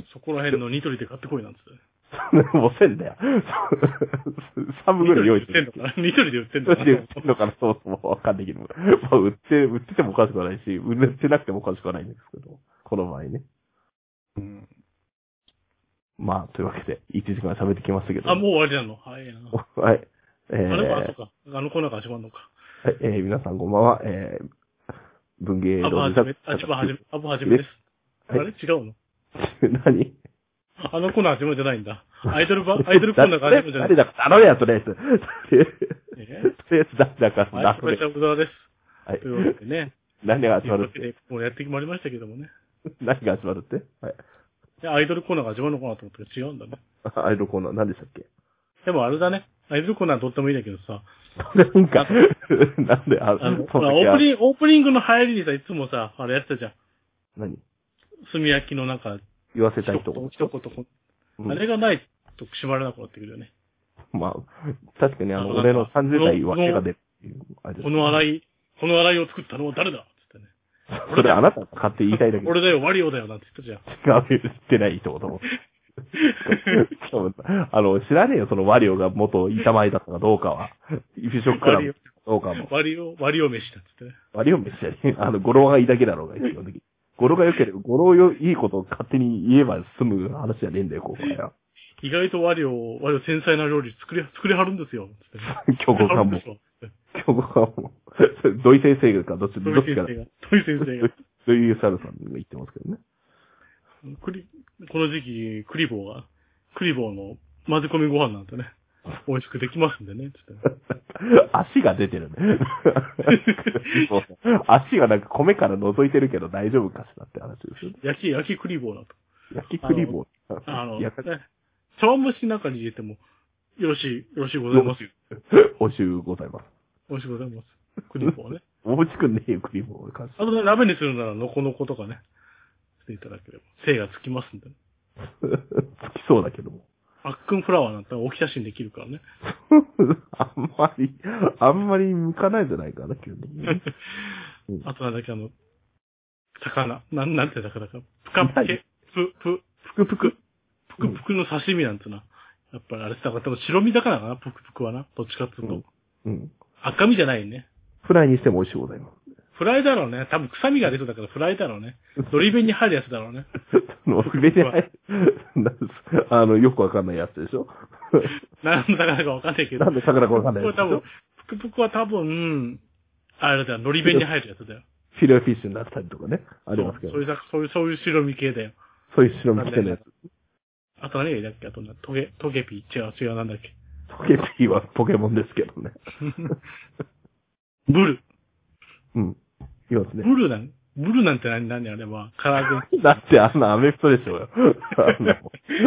そこら辺のニトリで買ってこいなんつって。 もうせんだよ。3分ぐらい用意してる。ニトリで売ってんのかな。 ニトリで売ってんのかな、そうそう、わかんないけど。まあ、売っててもおかしくはないし、売ってなくてもおかしくはないんですけど。この場合ね。 うん。 まあ、というわけで、1時間喋ってきましたけど。 あ、もう終わりなの？はいな。 はい。 あれか、あのコーナーが始まるのか。 はい、皆さんこんばんは。文芸アブはじめです。あれ違うの？ 何？ あのコーナー始まるじゃないんだ。アイドルコーナーが始まるじゃない。 誰だか頼むや、とりあえず。とりあえず誰だか。 はい、こちら、うざです。 はい。 というわけでね。 何が始まるって。 もうやってまいりましたけどもね。 何が始まるって？はい。 アイドルコーナーが始まるのかなと思ったけど違うんだね。 アイドルコーナー何でしたっけ？ でもあれだね。アイドルコーナーどってもいいんだけどさ。 なんか、なんで、 オープニングの入りにさ、いつもさ、あれやってたじゃん。 何？ 炭焼きのなんか、 言わせたいとこ。 一言。 あれがないと閉まらなくなってくるよね。 まあ、確かに俺の30代分けが出るっていう、あれです。 この洗いを作ったのは誰だつってね。 それあなたが買って言いたいだけ。 俺だよ、ワリオだよ、なんて言ったじゃん。 違う、言ってないってことも。しかも、知らねえよ、そのワリオが元板前だったかどうかは。イフショックラブかどうかも。 ワリオ飯だっつってね。 ワリオ飯じゃねえ。語呂がいいだけだろうが、基本的に。語呂が良ければ、語呂いいことを勝手に言えば済む話じゃねえんだよ、ここは。 意外とワリオ繊細な料理作りはるんですよ。 京子さんも。京子さんも。土井先生か、どっちか。 土井先生が。 土井サルさんが言ってますけどね。 この時期、クリボーの混ぜ込みご飯なんてね、美味しくできますんでね、つって。 足が出てるね。足がなんか米から覗いてるけど大丈夫かしらって話ですよね。 焼きクリボーだと。 焼きクリボー。 茶碗蒸しなんかに入れても、よろしいございますよ。 美味しゅうございます。 美味しゅうございます。クリボーね。 美味しくねえよ、クリボー。 あとね、鍋にするなら、のこのことかね。していただければ。精がつきますんでね。 つきそうだけども。 あっくんフラワーなんて置き写真できるからね。 あんまり向かないじゃないかな、基本的に。 あとなんだっけ、魚。なんて魚か。ぷかぷけ、ぷくぷくの刺身なんてな。やっぱりあれさ、多分白身魚かな、ぷくぷくはな。どっちかっていうと。赤身じゃないね。 フライにしても美味しいございます。 フライだろうね。多分臭みが出そうだからフライだろうね。のり弁に入るやつだろうね。 のり弁に入る。よくわかんないやつでしょ何の魚かわかんないけど。 なんで魚かわかんないやつでしょぷくぷくは多分、あれだよ、のり弁に入るやつだよ。 フィレオフィッシュになったりとかね。ありますけど。 そういう白身系だよ。 そういう白身系のやつ。 あと何がいいだっけあとトゲピー。違う、なんだっけ。 トゲピーはポケモンですけどね。 ブル。 うん。いますね。 ブルなんて何あれは、唐揚げ。 だってアメフトでしょうよ。あんな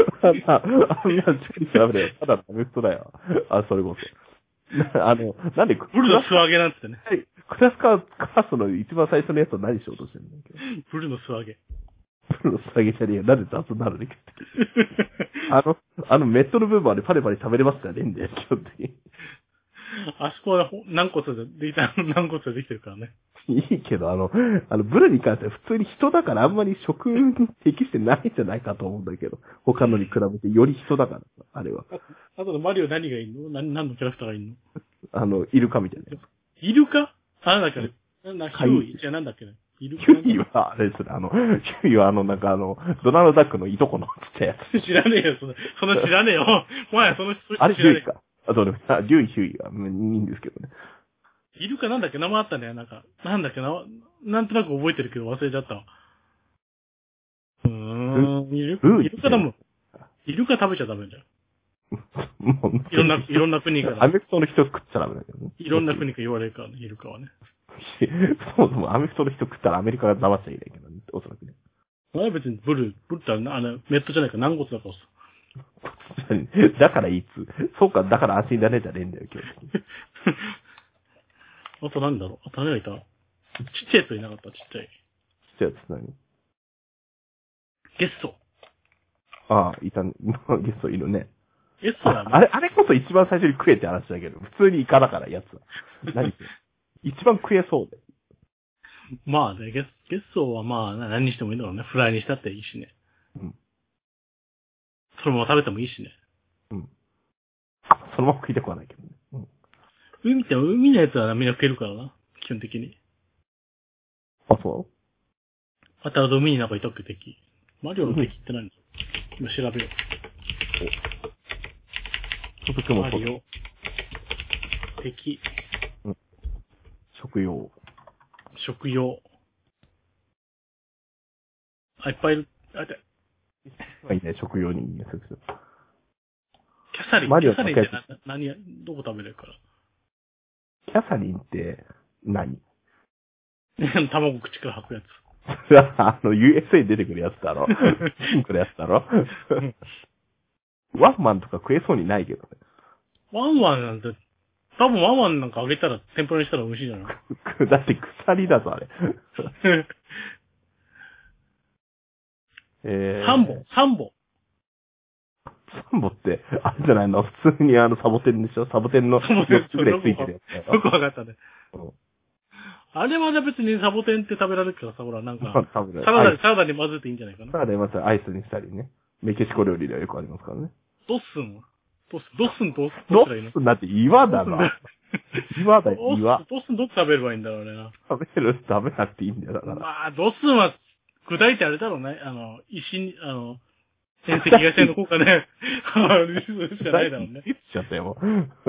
調べてよ。ただのアメフトだよ。それこそ。なんで、 ブルの素揚げなんつってね。 はい。クラスカースの一番最初のやつは何しようとしてるんだっけブルの素揚げ。 ブルの素揚げじゃねえよ。なんで雑になるねメットの部分はね、パリパリ食べれますからねえんだよ、基本的に。 あそこは軟骨でできてるからね。 いいけど、ブルに関しては普通に人だからあんまり食に適してないんじゃないかと思うんだけど、他のに比べてより人だからさ、あれは。 あとマリオ何がいんの何のキャラクターがいんのイルカみたいなやつ。 イルカなんだっけヒューイじゃなんだっけヒューイは、あれですね、ヒューイはドナルド・ダックのいとこのちっちゃいやつ。 知らねえよ、その知らねえよ。お前、 あれ、ヒューイか。ヒューイはいいんですけどね。 イルカなんだっけ名前あったね。なんだっけなんとなく覚えてるけど忘れちゃったわ。イルカだもん。イルカ食べちゃダメじゃん。いろんな国から。 アメフトの人食っちゃダメだけどね。 いろんな国から言われるからね、イルカはね。 そもそもアメフトの人食ったらアメリカが黙っちゃいけないけどね、おそらくね。 別にブルってメットじゃないか軟骨だからさ。だからいつそうか、だから安心だねじゃねえんだよ、今日。 あと何だろうあと何がいたちっちゃいやついなかったちっちゃい。 ちっちゃいやつ何ゲッソ。 ああ、いたね。ゲストいるね。 ゲッソだね。 あれこそ一番最初に食えって話だけど、普通にイカだから、やつは。何一番食えそうで。 まあね、ゲッソはまあ何にしてもいいんだろうね。フライにしたっていいしね。 うん。 そのまま食べてもいいしね。 うん。そのまま食いたくはないけどね。うん。 海のやつはみんな食えるからな。基本的に。 あ、そうあと海になんかいたっけ敵。マリオの敵って何今調べよう。マリオ。敵。 うん。食用。 いっぱいいる。 いいね、食用にいいね、キャサリン。 マリオキャサリンってどこ食べれるから。 キャサリンって何卵口から吐くやつ。 USA に出てくるやつだろ。ピンクのやつだろ。ワンマンとか食えそうにないけどね。 ワンワンなんて、多分ワンワンなんかあげたら天ぷらにしたら美味しいじゃないだって鎖だぞ、あれ。 サンボ。 サンボって、あれじゃないの普通にサボテンでしょサボテンの4つぐらいついてるやつだよ。 よくわかったね。あれは別にサボテンって食べられるからさ、ほら、なんか、サラダに混ぜていいんじゃないかな。 サラダに混ぜてアイスにしたりね。メキシコ料理ではよくありますからね。 ドッスンどうしたらいいの？ ドッスンだって岩だな。岩だよ、岩。 ドッスンどう食べればいいんだろうね。 食べなくていいんだよ、だから。 まあ、ドッスンは、具体的あれだろうね。石に、遠赤外線の効果ね、しかないだろうね。 しちゃったよ。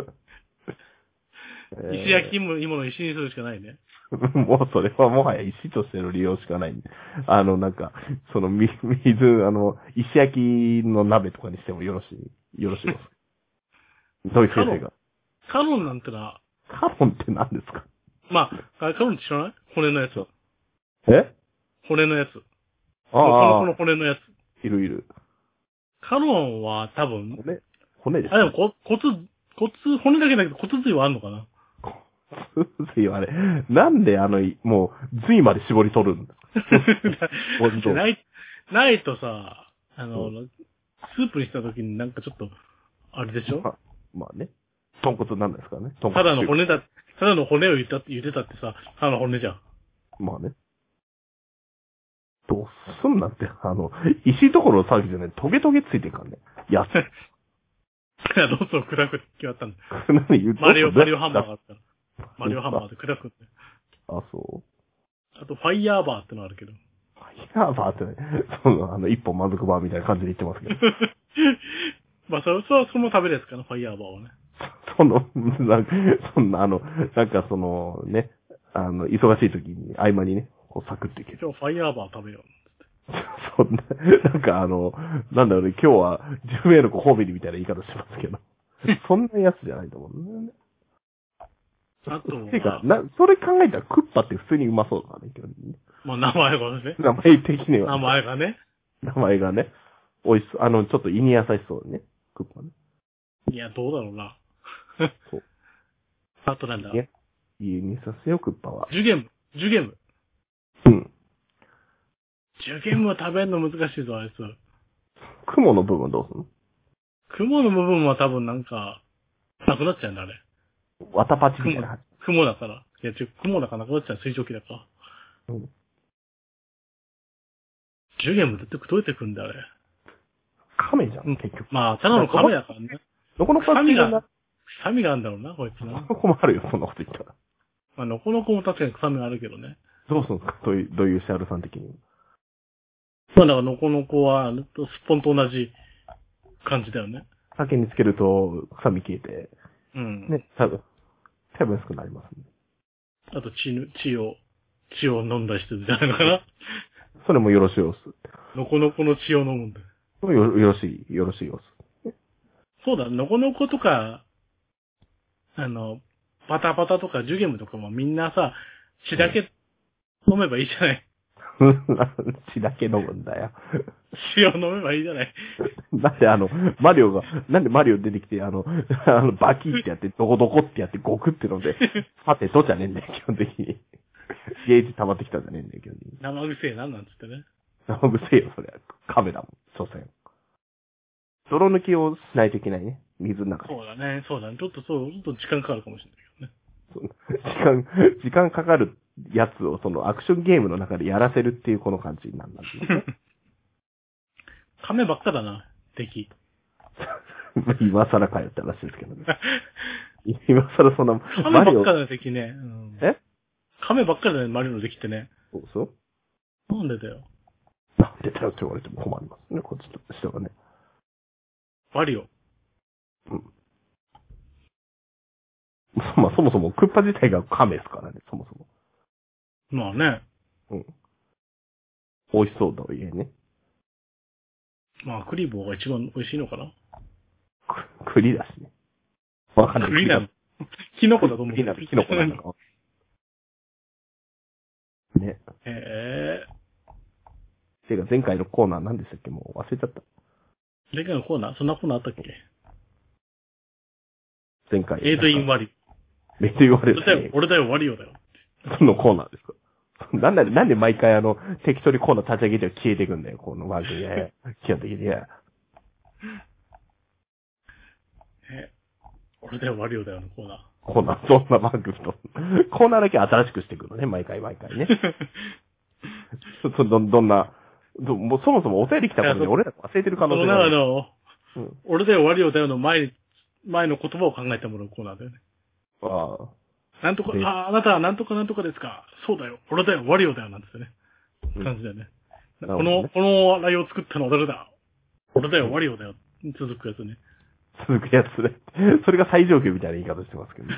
石焼き芋の石にするしかないね。 もうそれはもはや石としての利用しかないんで。なんか、その水、石焼きの鍋とかにしてもよろしいです。どういう先生が。 カロンなんてな。 カロンって何ですか？ まあ、カロンって知らない？骨のやつは。 え？ 骨のやつ。 ああ。 この骨のやつ。 いる。 カロンは多分。 骨です、 ね。でも骨だけだけど骨髄はあんのかな？ 骨髄はあれ。なんでもう、髄まで絞り取るんですか？ ないとさ、スープにした時になんかちょっと、あれでしょ？ まあね。豚骨なんですかね。 ただの骨を言ってたってさ、ただの骨じゃん。 まあね。どうすんなんて、石どころの騒ぎじゃない、トゲトゲついてるからね。やつ。 いや、どうぞ砕くって決まったんだ。 何言うマリオハンマーがあったら。マリオハンマーで砕くって。 あ、そう。 あと、ファイヤーバーってのあるけど。 ファイヤーバーってね、一本満足バーみたいな感じで言ってますけど。 まあ、それも食べるやつかな、ファイヤーバーはね。 ね、忙しい時に、合間にね、こうサクっていける。 今日ファイヤーバー食べよう。 なんかなんだろうね、今日は、10名のご褒美みたいな言い方しますけど。そんなやつじゃないと思うんだよね。 あとは。 てか、それ考えたらクッパって普通にうまそうだからね、基本的にね。 まあ、名前がね。 名前的には。 名前がね。 美味しそう。ちょっと胃に優しそうね。クッパね。 いや、どうだろうな。 そう。 あとなんだ。 胃に優しいよ、クッパは。 ジュゲム。 うん。 ジュゲムは食べるの難しいぞ、あいつ。 雲の部分どうすんの？ 雲の部分は多分なんか、なくなっちゃうんだ、あれ。 ワタパチみたいな。 雲だから。いや、雲だからなくなっちゃう、水蒸気だから。 うん。 ジュゲムどうやってくんだ、あれ。 亀じゃん、結局。 まあ、ただの亀だからね。 ノコノコは臭みがあるんだろうな、こいつな。 ノコノコもあるよ、そんなこと言ったら。 まあ、ノコノコも確かに臭みがあるけどね。 どうするんですか？どういうシャールさん的に。 まあ、だからノコノコは、スッポンと同じ感じだよね。 酒につけると、臭み消えて。 うん。 ね、多分安くなりますね。 あと血を飲んだりしてるんじゃないのかな。 それもよろしい様子。 ノコノコの血を飲むんだよ。 よろしい様子。 そうだ、ノコノコとか、パタパタとかジュゲムとかもみんなさ、血だけ飲めばいいじゃない。 血だけ飲むんだよ。 血を飲めばいいじゃない。 なんでなんでマリオ出てきて、バキってやって、どこどこってやって、ゴクって飲んで、さて、どうじゃねえんだよ、基本的に。ゲージ溜まってきたんじゃねえんだよ、基本的に。 生臭いなんつってね。 生臭いよ、それは。カメラも、所詮。泥抜きをしないといけないね。水の中で。 そうだね。ちょっと時間かかるかもしれないけどね。時間かかるやつを、アクションゲームの中でやらせるっていうこの感じになるんですね。 亀ばっかだな、敵。 今更かよって話ですけどね。今更そんな、 亀ばっかだね、敵ね。うん、 え？ 亀ばっかだね、マリオの敵ってね。 そうなんでだよ。 なんでだよって言われても困りますね、こっちとしてはね。 マリオ。 うん。まあ、そもそもクッパ自体が亀ですからね、そもそも。 まあね。 うん。美味しそうだと言えね。 まあ、クリボーが一番美味しいのかな。 栗だしね。わかんない。 栗なの。キノコだと思う。 キノコなのか。ね。てか、前回のコーナー何でしたっけ？もう忘れちゃった。 前回のコーナーそんなコーナーあったっけ？ 前回。 メイドインワリ。 メイドインワリですね。 俺だよ、ワリオだよ。 そのコーナーですか？なんで毎回適当にコーナー立ち上げて消えていくんだよ、この番組。基本的に。 俺だよ、ワリオだよのコーナー。 コーナー、そんな番組と。コーナーだけ新しくしていくのね、毎回ね。どんな、もうそもそもお便り来たことに俺ら忘れてる可能性がある。 俺だよ、ワリオだよの前の言葉を考えてもらうコーナーだよね。 ああ。 なんとか、あなたはなんとかなんとかですか。そうだよ、俺だよ、ワリオだよなんですよね。感じだよね。この笑いを作ったのは誰だ。俺だよ、ワリオだよ。続くやつね。 続くやつね。それが最上級みたいな言い方してますけどね。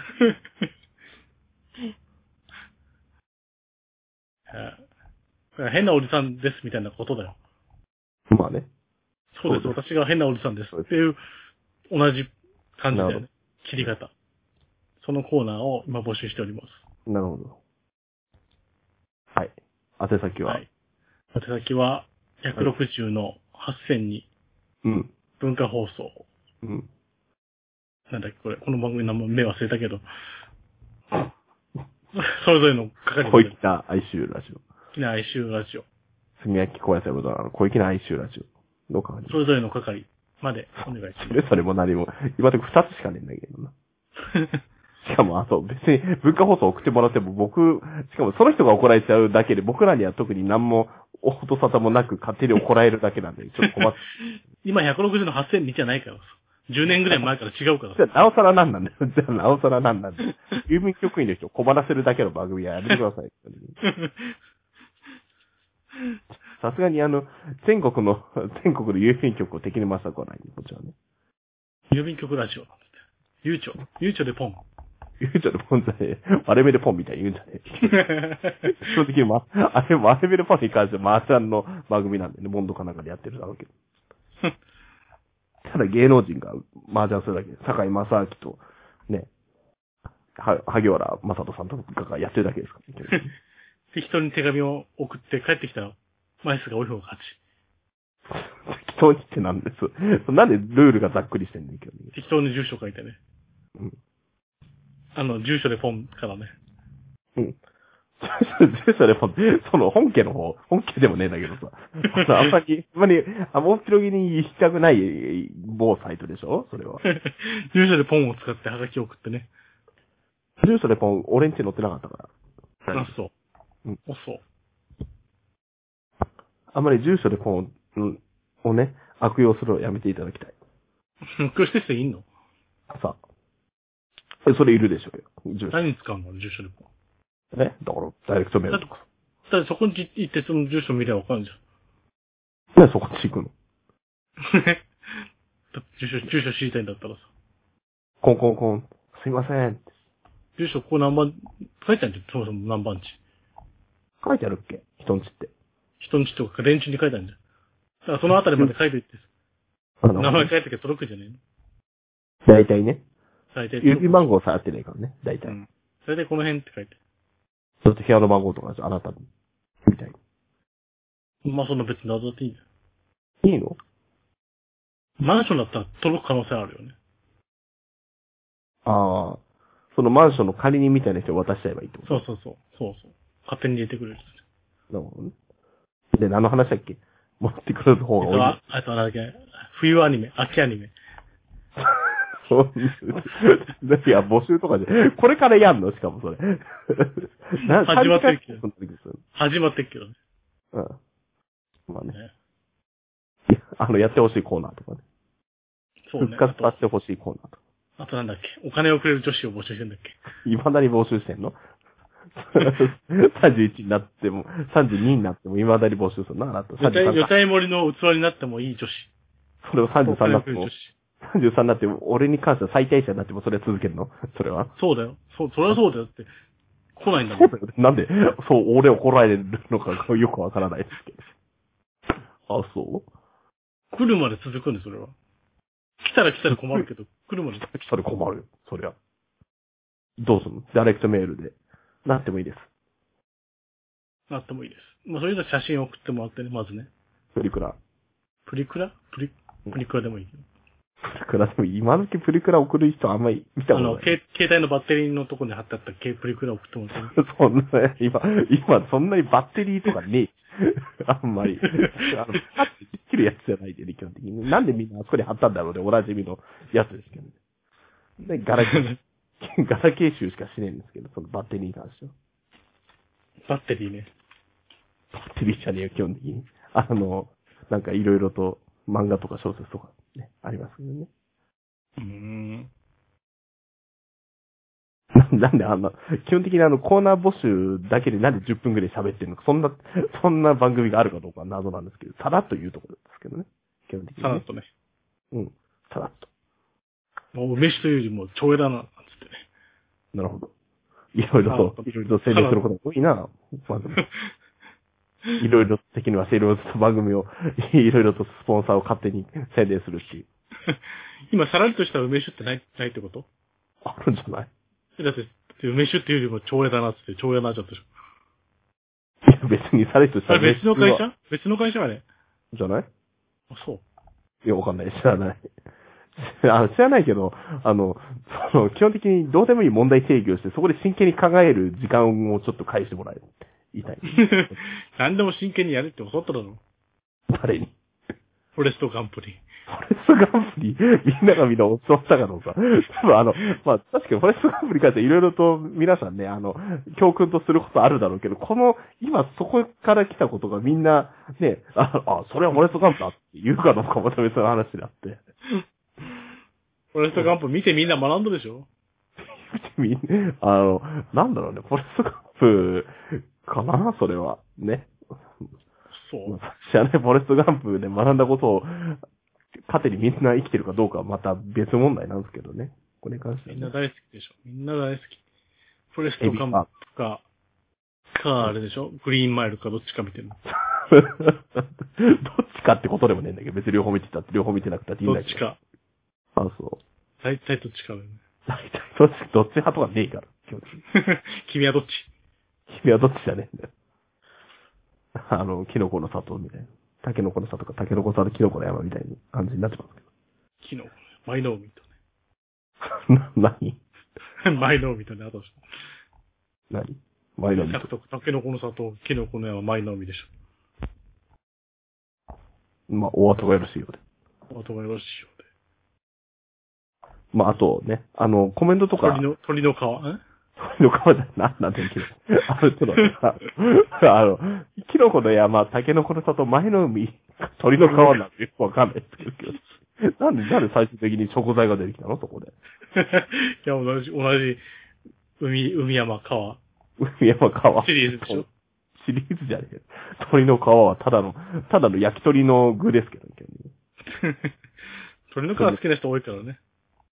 変なおじさんですみたいなことだよ。 まあね。 そうです、私が変なおじさんですっていう、同じ感じだよね。切り方。そのコーナーを今募集しております。 なるほど。はい。宛先は、はい、 宛先は、160の8000に、 うん。 文化放送。 うん。 なんだっけ、この番組の名前忘れたけど。それぞれの係。 小粋な哀愁ラジオ。 小粋な哀愁ラジオ。 炭焼き小屋さんの小粋な哀愁ラジオの係。 それぞれの係までお願いします。 それも何も、今で2つしかねえんだけどな。しかも、別に文化放送送ってもらってもしかもその人が怒られちゃうだけで、僕らには特に何も音沙汰もなく勝手に怒られるだけなんで、ちょっと困って。 今160の8000見じゃないから。10年ぐらい前から違うから。 じゃあ、なおさらなんなんだよ。じゃあ、なおさらなんなんだよ。郵便局員の人を困らせるだけの番組はやめてください。さすがに全国の郵便局を敵に回したくはないこちらね。 郵便局ラジオなんです。ゆうちょでポン。 ゆうちょでポンじゃねえ。割れ目でポンみたいに言うんじゃねえ。正直、割れ目でポンに関してはマーちゃんの番組なんでね、モンドかなんかでやってるだろうけど。ただ芸能人が麻雀するだけで、坂井正明と、ね、萩原正人さんとかがやってるだけですからね。 適当に手紙を送って帰ってきたら、枚数が多い方が勝ち。 適当にってなんです。なんでルールがざっくりしてんねんけどね。 適当に住所書いてね。 うん。 住所でポンからね。 うん。住所でポン、その本家でもねえんだけどさ。あんまり、大広げに行きたくない某サイトでしょそれは。 住所でポンを使ってハガキを送ってね。 住所でポン、俺んち乗ってなかったから。 あ、そう。 うん。 そう。 あんまり住所でポンをね、悪用するのをやめていただきたい。 悪用して人いんの？ さあ。それいるでしょうよ。 住所。何に使うの住所でポン。 だから、ダイレクトメールとか。 だってそこに行ってその住所見ればわかるじゃん。 そこに行くのだって住所知りたいんだったらさ。 コンコンコン。すいません。 住所ここ何番、書いてあるんじゃん、そもそも何番地。 書いてあるっけ人んちって。 人んちとか連中に書いてあるんじゃん。だからそのあたりまで書いていって名前書いてけ届くじゃねえの。 大体ね。 大体。 郵便番号さ合ってないからね、大体。うん。 大体この辺って書いて。 だって部屋の番号とかあなたみたいに。まあそんな別に謎だっていいんだよ。 いいの？ マンションだったら届く可能性あるよね。 ああ。そのマンションの仮にみたいな人を渡しちゃえばいいってこと？ そう。勝手に入れてくれる。 なるほどね。で、何の話だっけ？持ってくる方が多い。 あとは何だっけ？冬アニメ、秋アニメ。 そう。いや、募集とかで、これからやんのしかもそれ。 始まってるけど。始まってるけどね。 うん。まあね。やってほしいコーナーとかね。 そうね。 復活させてほしいコーナーとか。 あとなんだっけ？お金をくれる女子を募集してんだっけ？ 未だに募集してんの31になっても、32になっても未だに募集するな、あと 33。予体盛りの器になってもいい女子。 それを33になっても、33になっても、俺に関しては最低者になってもそれは続けるのそれは。 そうだよ。それはそうだよって。来ないんだもん。 そうだよ。なんで、俺を怒られるのかがよくわからないですけど。あ、そう来るまで続くんで、それは。来たら困るけど、来るまで。 来たら困るよ、そりゃ。どうするの？ダイレクトメールで。なってもいいです。 なってもいいです。まあ、それで写真を送ってもらってね、まずね。 プリクラでもいい。 プリクラでもいい。今時プリクラ送る人あんまり見たことない。 携帯のバッテリーのとこに貼ってあったプリクラ送ってもらって、ね。 そんな、今そんなにバッテリーとかねえ。あんまり。パッて切るやつじゃないでね、基本的に。なんでみんなあそこに貼ったんだろうね、おなじみのやつですけどね。 で、ガラケー集しかしねえんですけど、そのバッテリーに関しては。 バッテリーね。 バッテリーじゃねえよ、基本的に。なんかいろいろと漫画とか小説とかね、ありますけどね。なんで基本的にコーナー募集だけでなんで10分くらい喋ってるのか、そんな番組があるかどうかは謎なんですけど、さらっと言うところですけどね。基本的に、ね。 さらっとね。 うん。さらっと。 もう梅酒というよりも超枝なんつってね。 なるほど。いろいろと宣伝することが多いな、番組。いろいろ的には、いろいろと番組を、いろいろとスポンサーを勝手に宣伝するし。 今、さらりとした梅酒ってないってこと？ あるんじゃない？ だって、梅酒っていうよりも超枝なっつって超枝になっちゃったでしょ。 いや、別にさらりとした別の会社？別の会社はね。 じゃない？ あ、そう。 いや、わかんない。知らない。知らないけど、基本的にどうでもいい問題提起をして、そこで真剣に考える時間をちょっと返してもらえる。言いたい。 何でも真剣にやれって教わっただろ。 誰に？ フォレストガンプに。 フォレストガンプにみんながみんな教わったかどうか。多分まあ、確かにフォレストガンプに関していろいろと皆さんね、教訓とすることあるだろうけど、今そこから来たことがみんな、ね、それはフォレストガンプだって言うかどうかまた別の話であって。 フォレストガンプ見てみんな学んだでしょ？ なんだろうね、フォレストガンプかなそれは。ね。 そう。 知らないフォレストガンプで学んだことを、糧にみんな生きてるかどうかはまた別問題なんですけどね。これに関しては、ね。 みんな大好きでしょ。みんな大好き。フォレストガンプか、あれでしょ？グリーンマイルかどっちか見てるの。 どっちかってことでもねえんだけど、別に両方見てたって両方見てなくたっていいんだけど。 どっちか。 あ、そう。 大体どっちかだよね。 大体どっち派とかねえから。 君はどっち？ 君はどっちじゃねえんだよ。キノコの里みたいな。タケノコの里か、タケノコ里キノコの山みたいな感じになってますけど。 キノコ、舞の海と何舞の海とね、あと。 何舞の海と。 タケノコの里、キノコの山、舞の海でしょ。まあ、お後がよろしいようで。 お後がよろしいようで。 まあ、あとね、コメントとか。 鳥の皮鳥の皮じゃ、なんていうキノコの山、タケノコの里、前の海、鳥の皮なんてよくわかんないですけど。なんで最終的に食材が出てきたのそこで。いや、同じ、海山川。 海山川。 シリーズでしょ？ シリーズじゃねえ。鳥の皮はただの焼き鳥の具ですけどね。 鳥の皮好きな人多いからね。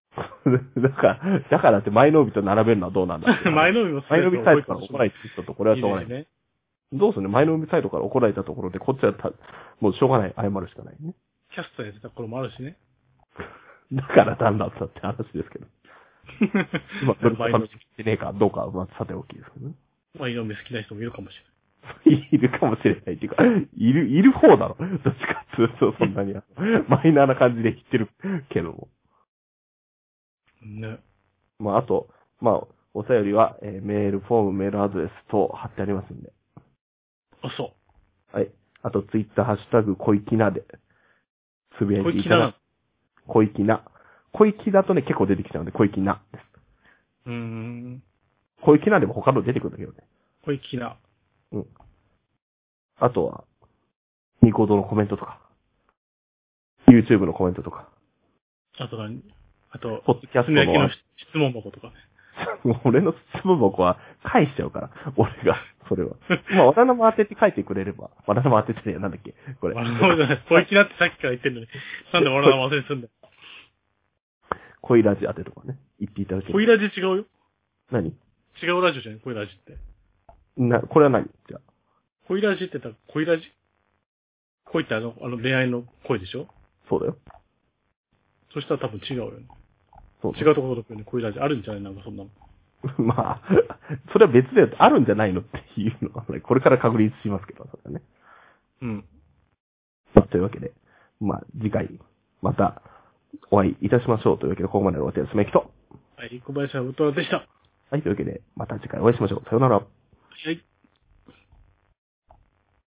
だからって前の海と並べるのはどうなんだ前の海も好きな人多い。 前の海サイトから怒られてる人とこれはしょうがない。ね、どうするね前の海サイトから怒られたところで、こっちはもうしょうがない。謝るしかないね。 キャストやってた頃もあるしね。 だからなんだったって話ですけど。今、どれか楽しみってねえかどうかはまあさておきですけどね。 前の海好きな人もいるかもしれない。いるかもしれないっていうか、いる方だろ。どっちかっていうと、そんなにマイナーな感じで言ってるけども。 ね。 まあ、あと、まあ、お便りは、メールフォーム、メールアドレスと貼ってありますんで。 あ、そう。 はい。あと、ツイッター、ハッシュタグ、小粋なで、つぶやいていただく。小粋な。小粋だとね、結構出てきちゃうんで、小粋なです。小粋なでも他の出てくるんだけどね。 小粋な。 うん。あとは、ニコ動のコメントとか、YouTube のコメントとか。 あと何？あと、 ポッドキャストの質問箱とかね。 俺の質問箱は返しちゃうから、俺が、それは。まあ、和田の当てって書いてくれれば、和田の当てってなんだっけこれ。 小粋なってさっきから言ってんのに。なんで和田の当てにすんだよ。 恋ラジ当てとかね、言っていただける。 恋ラジ違うよ。 何？ 違うラジオじゃん、恋ラジって。 これは何？じゃあ。 恋ラジって言ったら恋ラジ？恋って恋愛の恋でしょ？ そうだよ。 そしたら多分違うよね。 そう違うところだけどね、恋ラジあるんじゃないなんかそんなの。 まあ、それは別であるんじゃないのっていうのは、ね、これから確立しますけど、それはね。 うん。 まあ、というわけで、まあ、次回、また、お会いいたしましょう。というわけで、ここまでのお手をすめきと。 はい、小林はウトラでした。 はい、というわけで、また次回お会いしましょう。さよなら。 はい。